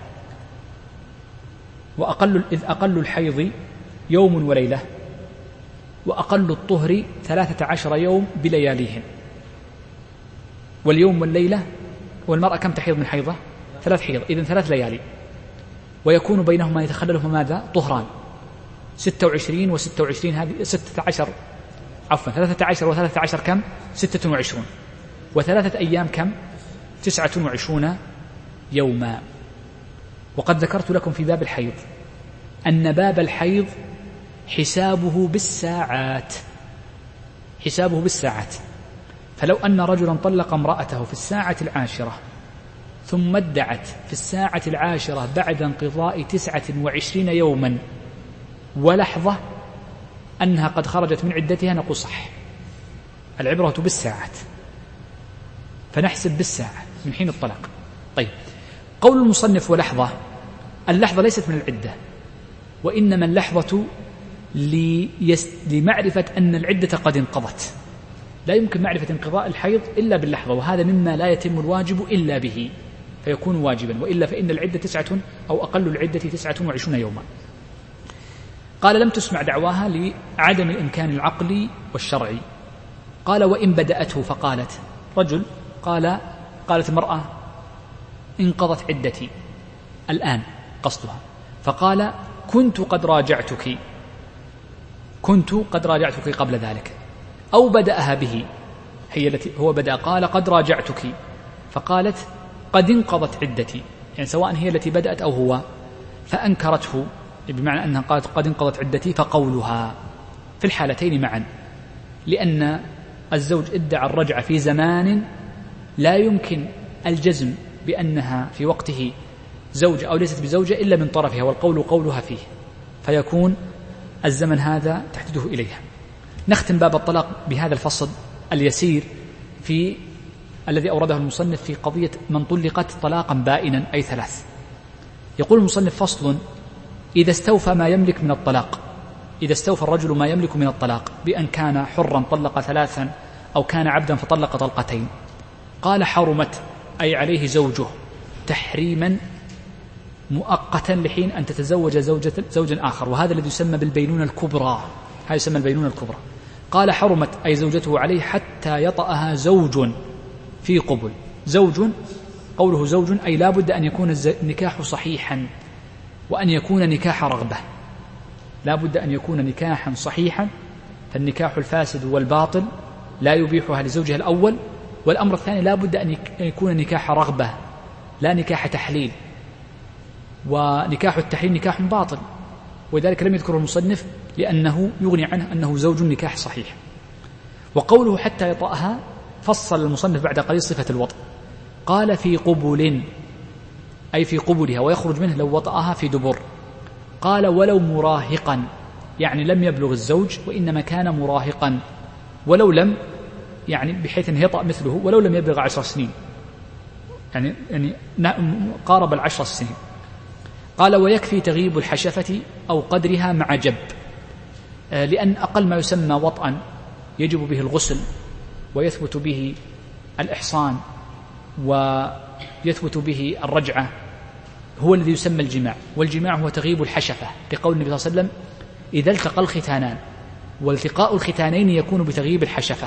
وأقل إذ أقل الحيض يوم وليلة، وأقل الطهر ثلاثة عشر يوم بلياليهم. واليوم والليلة، والمرأة كم تحيض من حيضة؟ ثلاث حيض، إذن ثلاث ليالي، ويكون بينهما يتخللهما ماذا؟ طهران. ستة وعشرين وستة وعشرين، هذه ستة عشر عفوا ثلاثة عشر وثلاثة عشر كم؟ ستة وعشرون. وثلاثة أيام كم؟ تسعة وعشرون يوما. وقد ذكرت لكم في باب الحيض أن باب الحيض حسابه بالساعات، حسابه بالساعات. فلو أن رجلا طلق امرأته في الساعة العاشرة ثم ادعت في الساعة العاشرة بعد انقضاء تسعة وعشرين يوما ولحظة أنها قد خرجت من عدتها، نقول صح، العبرة بالساعات، فنحسب بالساعة من حين الطلاق. طيب، قول المصنف ولحظة، اللحظة ليست من العدة، وإنما اللحظة لمعرفة أن العدة قد انقضت. لا يمكن معرفة انقضاء الحيض إلا باللحظة، وهذا مما لا يتم الواجب إلا به فيكون واجبا، وإلا فإن العدة تسعة أو أقل العدة تسعة وعشرون يوما. قال لم تسمع دعواها لعدم الإمكان العقلي والشرعي. قال وإن بدأته فقالت، رجل قال قالت المرأة انقضت عدتي الآن قصدها، فقال كنت قد راجعتك كنت قد راجعتك قبل ذلك، أو بدأها به، هي التي هو بدأ قال قد راجعتك، فقالت قد انقضت عدتي، يعني سواء هي التي بدأت أو هو، فأنكرته بمعنى أنها قالت قد انقضت عدتي، فقولها في الحالتين معا، لأن الزوج ادعى الرجعة في زمان لا يمكن الجزم بأنها في وقته زوجة أو ليست بزوجة إلا من طرفها، والقول قولها فيه، فيكون الزمن هذا تحدده إليها. نختم باب الطلاق بهذا الفصل اليسير في الذي أورده المصنف في قضية من طلقت طلاقا بائنا أي ثلاث. يقول المصنف فصل: إذا استوفى ما يملك من الطلاق، إذا استوفى الرجل ما يملك من الطلاق بأن كان حرا طلق ثلاثا أو كان عبدا فطلق طلقتين، قال حرمت أي عليه زوجه تحريما مؤقتا لحين أن تتزوج زوجة زوجا آخر، وهذا الذي يسمى بالبينونة الكبرى، هذا يسمى البينونة الكبرى. قال حرمت أي زوجته عليه حتى يطأها زوج في قبل. زوج، قوله زوج أي لا بد أن يكون النكاح صحيحا وأن يكون نكاح رغبة، لا بد أن يكون نكاحا صحيحا، فالنكاح الفاسد والباطل لا يبيحها لزوجها الأول. والأمر الثاني لا بد أن يكون نكاح رغبة لا نكاح تحليل، ونكاح التحليل نكاح باطل، وذلك لم يذكره المصنف لأنه يغني عنه أنه زوج نكاح صحيح. وقوله حتى يطأها فصل المصنف بعد قليل صفة الوطء، قال في قبل أي في قبلها، ويخرج منه لو وطأها في دبر. قال ولو مراهقا، يعني لم يبلغ الزوج وإنما كان مراهقا، ولو لم يعني بحيث أنه يطأ مثله ولو لم يبلغ عشر سنين، يعني, يعني قارب العشر سنين. قال ويكفي تغيب الحشفة أو قدرها مع جب، لأن أقل ما يسمى وطئا يجب به الغسل ويثبت به الإحصان ويثبت به الرجعة هو الذي يسمى الجماع، والجماع هو تغيب الحشفة، لقول النبي صلى الله عليه وسلم إذا التقى الختانان، والتقاء الختانين يكون بتغييب الحشفة.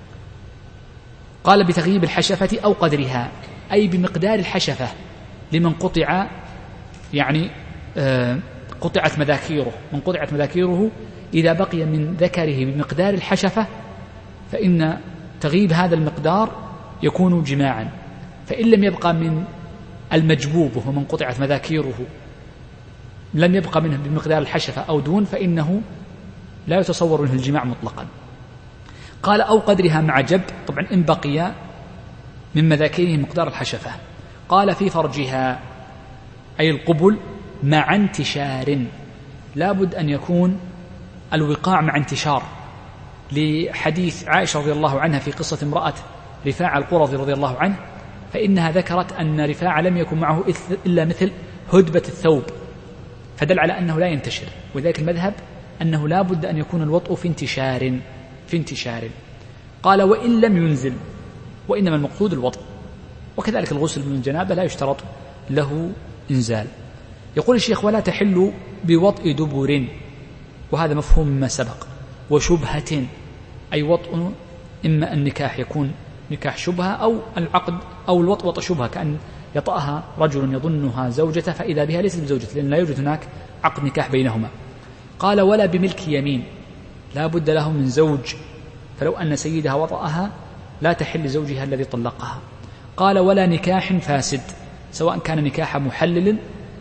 قال بتغييب الحشفة أو قدرها أي بمقدار الحشفة لمن قطع، يعني آه قطعت مذاكيره، من قطعت مذاكيره إذا بقي من ذكره بمقدار الحشفة فإن تغييب هذا المقدار يكون جماعا. فإن لم يبقى من المجبوب وهو من قطعت مذاكيره لم يبقى منه بمقدار الحشفة أو دون فإنه لا يتصور منه الجماع مطلقا. قال أو قدرها مع جب، طبعا إن بقي من مذاكيره مقدار الحشفة. قال في فرجها أي القبل مع انتشار، لا بد أن يكون الوقاع مع انتشار، لحديث عائشة رضي الله عنها في قصة امرأة رفاعة القرظي رضي الله عنه، فإنها ذكرت أن رفاعة لم يكن معه إلا مثل هدبة الثوب، فدل على أنه لا ينتشر، وذلك المذهب أنه لا بد أن يكون الوطء في انتشار في انتشار. قال وإن لم ينزل، وإنما المقصود الوطء، وكذلك الغسل من الجنابة لا يشترط له إنزال. يقول الشيخ ولا تحل بوطء دبر، وهذا مفهوم ما سبق. وشبهة أي وطء، إما النكاح يكون نكاح شبهة أو العقد أو الوطء وطء شبهة، كأن يطأها رجل يظنها زوجته فإذا بها ليست بزوجته، لأن لا يوجد هناك عقد نكاح بينهما. قال ولا بملك يمين، لا بد له من زوج، فلو أن سيدها وطأها لا تحل زوجها الذي طلقها. قال ولا نكاح فاسد، سواء كان نكاح محلل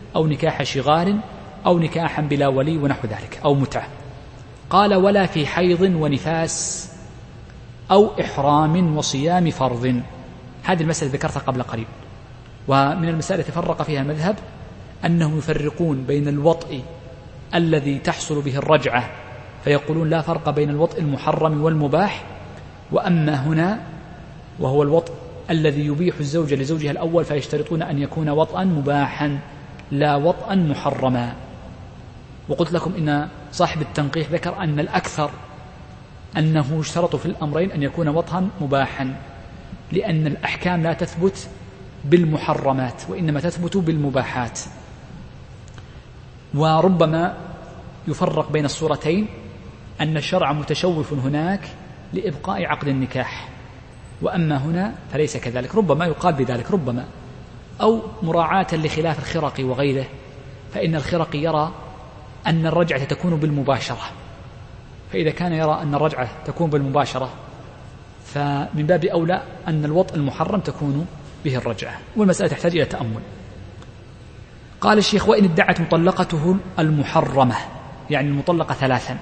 أو نكاح شغار أو نكاحا بلا ولي ونحو ذلك أو متعة. قال ولا في حيض ونفاس أو إحرام وصيام فرض. هذه المسألة ذكرتها قبل قليل. ومن المسائل التي فرق فيها المذهب أنهم يفرقون بين الوطء الذي تحصل به الرجعة فيقولون لا فرق بين الوطء المحرم والمباح، وأما هنا وهو الوطء الذي يبيح الزوجة لزوجها الأول فيشترطون أن يكون وطئا مباحا لا وطئا محرما. وقلت لكم إن صاحب التنقيح ذكر أن الأكثر أنه اشترط في الأمرين أن يكون وطئا مباحا، لأن الأحكام لا تثبت بالمحرمات وإنما تثبت بالمباحات. وربما يفرق بين الصورتين أن الشرع متشوف هناك لإبقاء عقد النكاح، وأما هنا فليس كذلك. ربما يقال بذلك، ربما أو مراعاة لخلاف الخرق وغيره، فإن الخرق يرى أن الرجعة تكون بالمباشرة، فإذا كان يرى أن الرجعة تكون بالمباشرة فمن باب أولى أن الوطء المحرم تكون به الرجعة، والمسألة تحتاج إلى تأمل. قال الشيخ وإن ادعت مطلقته المحرمة، يعني المطلقة ثلاثا،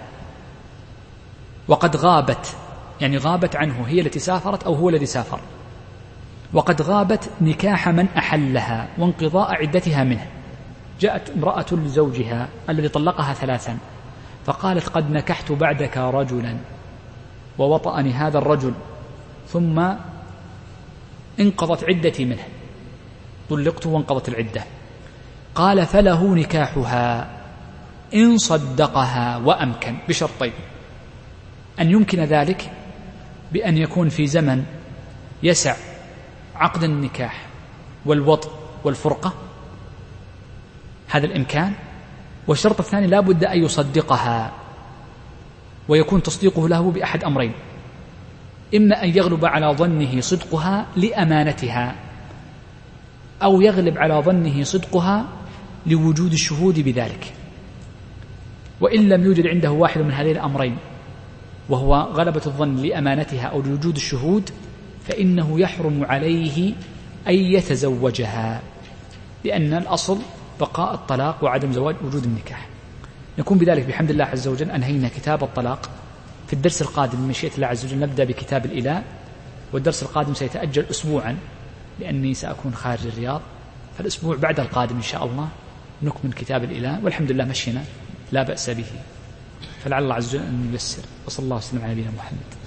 وقد غابت، يعني غابت عنه، هي التي سافرت أو هو الذي سافر، وقد غابت نكاح من أحلها وانقضاء عدتها منه. جاءت امرأة لزوجها الذي طلقها ثلاثا فقالت قد نكحت بعدك رجلا ووطأني هذا الرجل ثم انقضت عدتي منه، طلقت وانقضت العدة. قال فله نكاحها إن صدقها وأمكن، بشرطين: أن يمكن ذلك بأن يكون في زمن يسع عقد النكاح والوطء والفرقة، هذا الإمكان. والشرط الثاني لا بد أن يصدقها، ويكون تصديقه له بأحد أمرين: إما أن يغلب على ظنه صدقها لأمانتها، أو يغلب على ظنه صدقها لوجود الشهود بذلك. وإن لم يوجد عنده واحد من هذين الأمرين وهو غلبة الظن لأمانتها أو لوجود الشهود، فإنه يحرم عليه أن يتزوجها، لأن الأصل بقاء الطلاق وعدم زواج وجود النكاح. نكون بذلك بحمد الله عز وجل أنهينا كتاب الطلاق. في الدرس القادم بمشيئة الله عز وجل نبدأ بكتاب الإلاء، والدرس القادم سيتأجل أسبوعا لأني سأكون خارج الرياض، فالأسبوع بعد القادم إن شاء الله نكمل كتاب الإلاء، والحمد لله مشينا لا بأس به، فلعل الله عز وجل أن ييسر. وصلى الله وسلم على نبينا محمد.